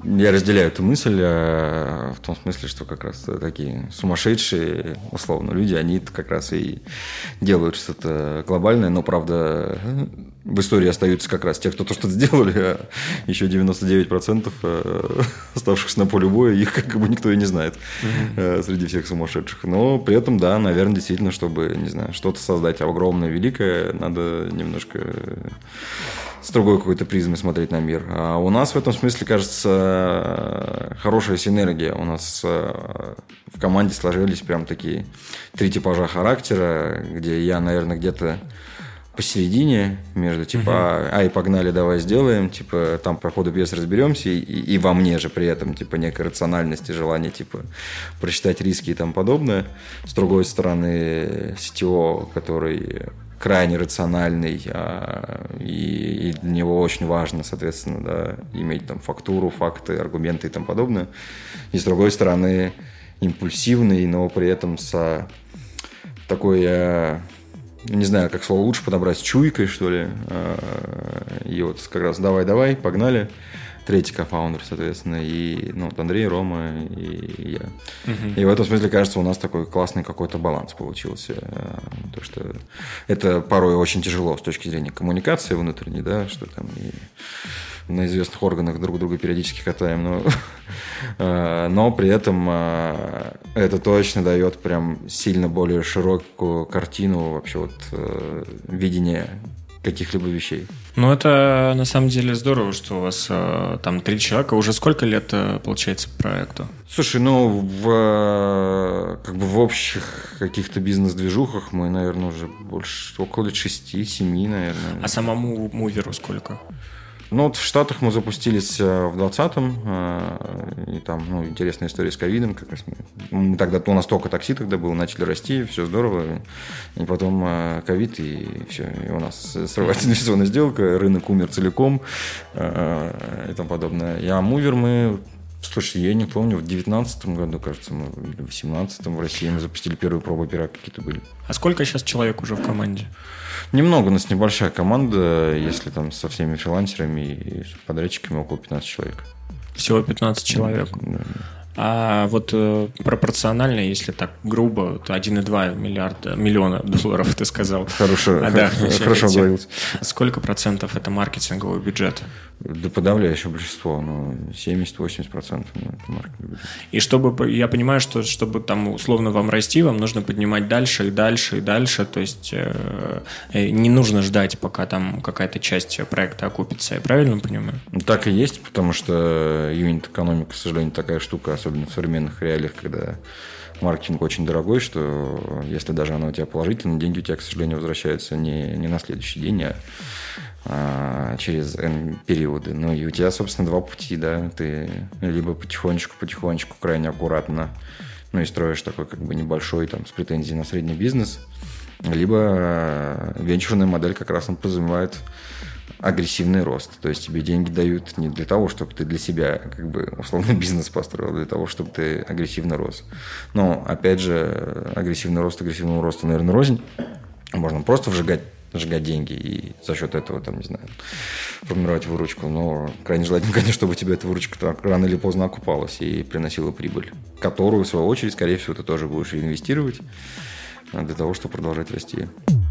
[SPEAKER 1] Я разделяю эту мысль в том смысле, что как раз такие сумасшедшие, условно, люди, они как раз и делают что-то глобальное, но, правда, в истории остаются как раз те, кто то что-то сделали, а еще 99% оставшихся на поле боя, их как бы никто и не знает среди всех сумасшедших. Но при этом, да, наверное, действительно, чтобы, не знаю, что-то создать огромное, великое, надо немножко с другой какой-то призмой смотреть на мир. А у нас в этом смысле, кажется, хорошая синергия. У нас в команде сложились прям такие 3 типажа характера, где я, наверное, где-то посередине между типа ай, погнали, давай сделаем, типа там по ходу пьесы разберемся, и во мне же при этом типа некая рациональность и желание типа просчитать риски и тому подобное. С другой стороны, CTO, который крайне рациональный, и для него очень важно, соответственно, да, иметь там фактуру, факты, аргументы и тому подобное. И с другой стороны, импульсивный, но при этом с такой, не знаю, как слово лучше подобрать, с чуйкой, что ли. И вот как раз давай, погнали. 3-й кофаундер, соответственно, и Андрей, Рома и я. И в этом смысле, кажется, у нас такой классный какой-то баланс получился. То, что это порой очень тяжело с точки зрения коммуникации внутренней, да, что там и на известных органах друг друга периодически катаем, но при этом это точно дает прям сильно более широкую картину вообще вот видения каких-либо вещей.
[SPEAKER 2] Ну, это на самом деле здорово, что у вас там 3 человека. Уже сколько лет, получается, проекту?
[SPEAKER 1] Слушай, в общих каких-то бизнес-движухах мы, наверное, уже больше, около 6-7, наверное.
[SPEAKER 2] А самому Муверу сколько?
[SPEAKER 1] Вот в Штатах мы запустились в 2020-м, и там, интересная история с ковидом, как раз мы тогда, у нас только такси тогда было, начали расти, все здорово, и потом ковид, и все, и у нас срывается инвестиционная сделка, рынок умер целиком, и тому подобное. А Мувер мы, слушай, я не помню, в 19-м году, кажется, или в 18-м в России мы запустили первые пробы пера, какие-то были.
[SPEAKER 2] А сколько сейчас человек уже в команде?
[SPEAKER 1] Немного, у нас небольшая команда, если там со всеми фрилансерами и подрядчиками около 15 человек.
[SPEAKER 2] Всего 15 человек? Да. А вот пропорционально, если так грубо, то 1,2 миллиона долларов, ты сказал.
[SPEAKER 1] Хорошо говорилось.
[SPEAKER 2] Сколько процентов это маркетинговый бюджет?
[SPEAKER 1] Да подавляющее большинство, 70-80% это маркетинговый бюджет.
[SPEAKER 2] И чтобы, я понимаю, что чтобы там условно вам расти, вам нужно поднимать дальше и дальше и дальше, то есть не нужно ждать, пока там какая-то часть проекта окупится, я правильно понимаю?
[SPEAKER 1] Так и есть, потому что юнит-экономика, к сожалению, такая штука, особенно в современных реалиях, когда маркетинг очень дорогой, что если даже оно у тебя положительно, деньги у тебя, к сожалению, возвращаются не на следующий день, а через N периоды. И у тебя, собственно, 2 пути, да, ты либо потихонечку, крайне аккуратно, и строишь такой как бы небольшой, там, с претензией на средний бизнес, либо венчурная модель как раз подразумевает агрессивный рост. То есть тебе деньги дают не для того, чтобы ты для себя как бы условно бизнес построил, а для того, чтобы ты агрессивно рос. Но, опять же, агрессивный рост агрессивному росту, наверное, рознь. Можно просто сжигать деньги и за счет этого, там, не знаю, формировать выручку. Но крайне желательно, конечно, чтобы тебе эта выручка рано или поздно окупалась и приносила прибыль, которую, в свою очередь, скорее всего, ты тоже будешь инвестировать для того, чтобы продолжать расти.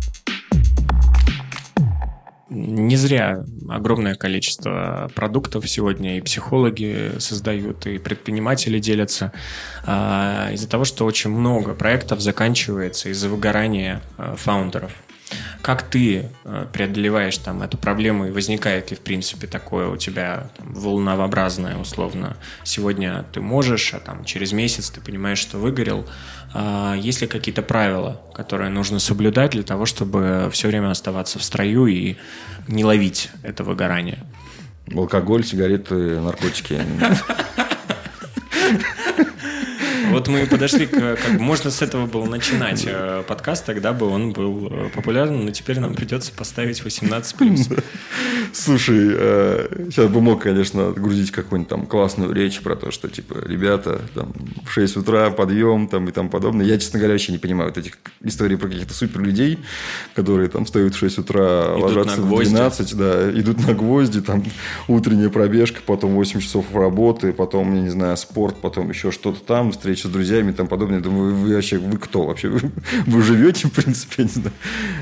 [SPEAKER 2] Не зря огромное количество продуктов сегодня и психологи создают, и предприниматели делятся из-за того, что очень много проектов заканчивается из-за выгорания фаундеров. Как ты преодолеваешь там эту проблему и возникает ли в принципе такое у тебя там, волнообразное условно? Сегодня ты можешь, а там через месяц ты понимаешь, что выгорел. Есть ли какие-то правила, которые нужно соблюдать для того, чтобы все время оставаться в строю и не ловить это выгорание?
[SPEAKER 1] Алкоголь, сигареты, наркотики.
[SPEAKER 2] Вот мы подошли можно с этого было начинать подкаст, тогда бы он был популярным, но теперь нам придется поставить 18+.
[SPEAKER 1] Слушай, сейчас бы мог, конечно, отгрузить какую-нибудь там классную речь про то, что, типа, ребята, там, в 6 утра подъем, там, и тому подобное. Я, честно говоря, вообще не понимаю вот этих историй про каких-то суперлюдей, которые там встают в 6 утра, ложатся в 12, да, идут на гвозди, там, утренняя пробежка, потом 8 часов работы, потом, я не знаю, спорт, потом еще что-то там, встреча с друзьями и тому подобное. Думаю, вы кто вообще? Вы живете, в принципе, не знаю.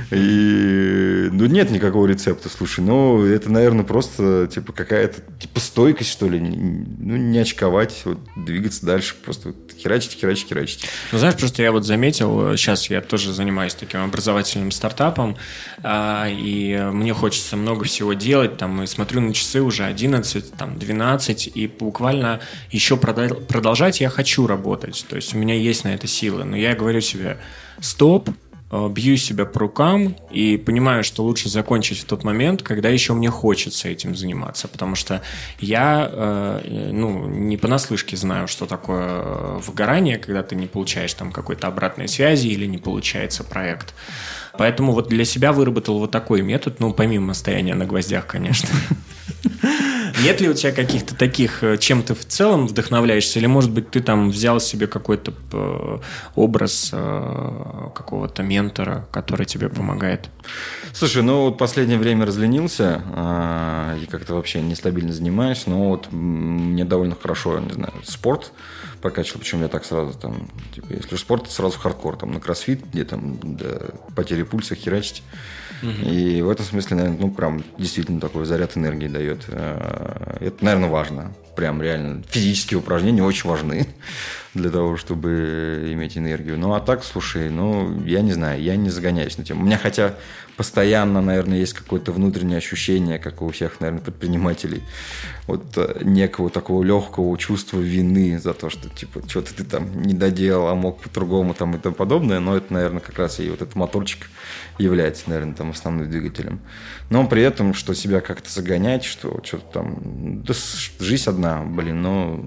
[SPEAKER 1] И, ну, нет никакого рецепта, слушай, ну, это, наверное, просто, типа, какая-то, типа, стойкость, что ли, ну, не очковать, вот, двигаться дальше, просто вот, херачить.
[SPEAKER 2] Ну, знаешь, просто я вот заметил, сейчас я тоже занимаюсь таким образовательным стартапом, и мне хочется много всего делать, там, и смотрю на часы уже 11, там, 12, и буквально еще продолжать я хочу работать, то есть у меня есть на это силы, но я говорю себе, стоп, бью себя по рукам и понимаю, что лучше закончить в тот момент, когда еще мне хочется этим заниматься, потому что я не понаслышке знаю, что такое выгорание, когда ты не получаешь там какой-то обратной связи или не получается проект. Поэтому вот для себя выработал вот такой метод, ну, помимо стояния на гвоздях, конечно. Нет ли у тебя каких-то таких, чем ты в целом вдохновляешься? Или, может быть, ты там взял себе какой-то образ какого-то ментора, который тебе помогает?
[SPEAKER 1] Слушай, ну, вот последнее время разленился и как-то вообще нестабильно занимаюсь, но вот мне довольно хорошо, не знаю, спорт прокачивал, причем я так сразу там, типа, если спорт, то сразу хардкор, там, на кроссфит, где там до потери пульса херачить. И в этом смысле, наверное, ну, прям действительно такой заряд энергии дает. Это, наверное, важно. Прям реально физические упражнения очень важны для того, чтобы иметь энергию. Ну, а так, слушай, ну, я не знаю, я не загоняюсь на тему. У меня хотя постоянно, наверное, есть какое-то внутреннее ощущение, как у всех, наверное, предпринимателей, вот некого такого легкого чувства вины за то, что, типа, что-то ты там не доделал, а мог по-другому там и тому подобное. Но это, наверное, как раз и вот этот моторчик является, наверное, там основным двигателем. Но при этом, что себя как-то загонять, что что-то там... Да, жизнь одна, блин, но...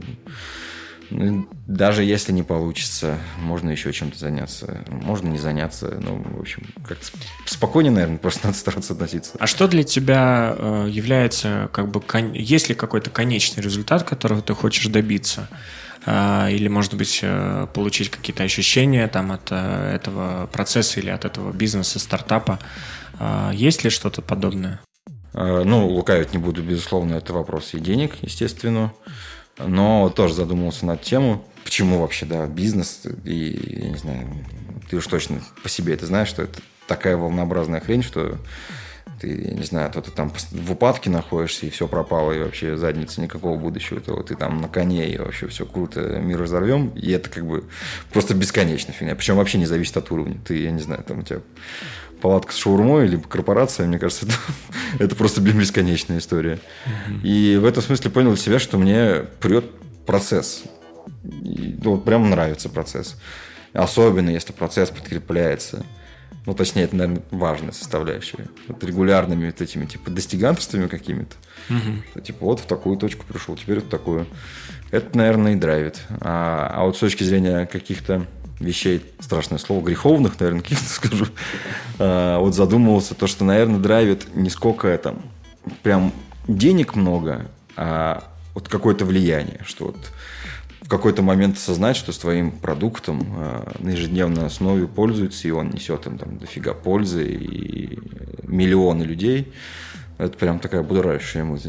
[SPEAKER 1] Даже если не получится, можно еще чем-то заняться. Можно не заняться. Ну, в общем, как-то спокойнее, наверное, просто надо стараться относиться.
[SPEAKER 2] А что для тебя является, как бы, есть ли какой-то конечный результат, которого ты хочешь добиться? Или, может быть, получить какие-то ощущения там, от этого процесса или от этого бизнеса, стартапа? Есть ли что-то подобное?
[SPEAKER 1] Ну, лукавить не буду, безусловно, это вопрос и денег, естественно. Но тоже задумался над тему, почему вообще, да, бизнес, и, я не знаю, ты уж точно по себе это знаешь, что это такая волнообразная хрень, что ты, я не знаю, то ты там в упадке находишься, и все пропало, и вообще задницы никакого будущего, то ты там на коне, и вообще все круто, мир разорвем, и это как бы просто бесконечно фигня, причем вообще не зависит от уровня, ты, я не знаю, там у тебя палатка с шаурмой, либо корпорация, мне кажется, это просто бесконечная история. И в этом смысле понял для себя, что мне прет процесс. И, ну, вот прям нравится процесс. Особенно, если процесс подкрепляется. Ну, точнее, это, наверное, важная составляющая. Вот регулярными вот этими, типа, достиганствами какими-то. То, типа, вот в такую точку пришел, теперь в такую. Это, наверное, и драйвит. А вот с точки зрения каких-то вещей, страшное слово, греховных, наверное, каких-то скажу, вот задумывался, то, что, наверное, драйвит не сколько там прям денег много, а вот какое-то влияние, что вот в какой-то момент осознать, что с твоим продуктом на ежедневной основе пользуются, и он несет им там дофига пользы, и миллионы людей, это прям такая будоражащая мысль.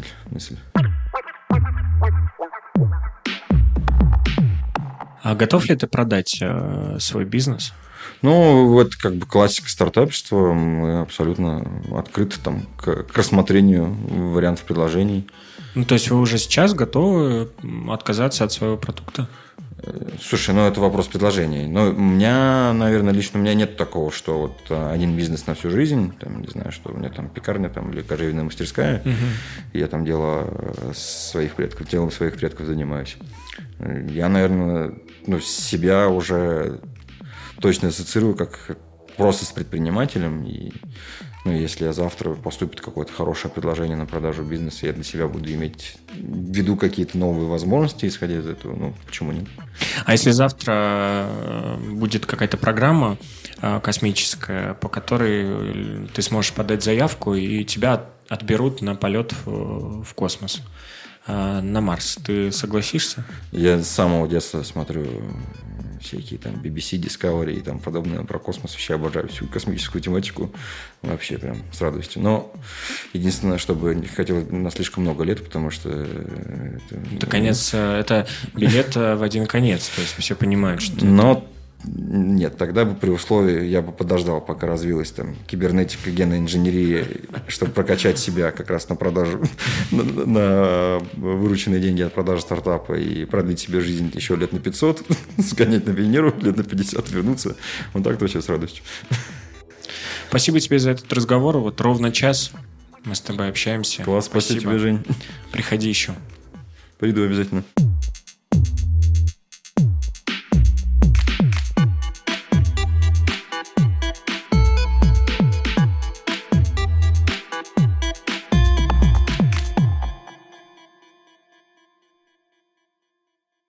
[SPEAKER 2] А готов ли ты продать свой бизнес?
[SPEAKER 1] Ну, вот как бы классика стартапчества. Мы абсолютно открыты там к рассмотрению вариантов предложений.
[SPEAKER 2] Ну, то есть вы уже сейчас готовы отказаться от своего продукта?
[SPEAKER 1] Слушай, ну это вопрос предложений. Но у меня, наверное, лично у меня нет такого, что вот один бизнес на всю жизнь, там, не знаю, что у меня там пекарня там, или кожевенная мастерская, и я там делом своих предков занимаюсь. Я, наверное, себя уже точно ассоциирую как просто с предпринимателем. И если я завтра поступит какое-то хорошее предложение на продажу бизнеса, я для себя буду иметь в виду какие-то новые возможности, исходя из этого, почему нет?
[SPEAKER 2] А если завтра будет какая-то программа космическая, по которой ты сможешь подать заявку, и тебя отберут на полет в космос, на Марс, ты согласишься?
[SPEAKER 1] Я с самого детства смотрю всякие там BBC, Discovery и там подобное про космос. Вообще обожаю всю космическую тематику. Вообще прям с радостью. Но единственное, чтобы не хотелось на слишком много лет, потому что...
[SPEAKER 2] Это конец, это билет в один конец. То есть все понимают, что...
[SPEAKER 1] Но нет, тогда бы при условии я бы подождал, пока развилась там кибернетика, генная инженерия, чтобы прокачать себя как раз на продажу, на вырученные деньги от продажи стартапа и продлить себе жизнь еще лет на 500, сгонять на Венеру, лет на 50 вернуться. Вот так точно с радостью.
[SPEAKER 2] Спасибо тебе за этот разговор. Вот ровно час мы с тобой общаемся.
[SPEAKER 1] Класс, спасибо тебе, Жень.
[SPEAKER 2] Приходи еще.
[SPEAKER 1] Приду обязательно.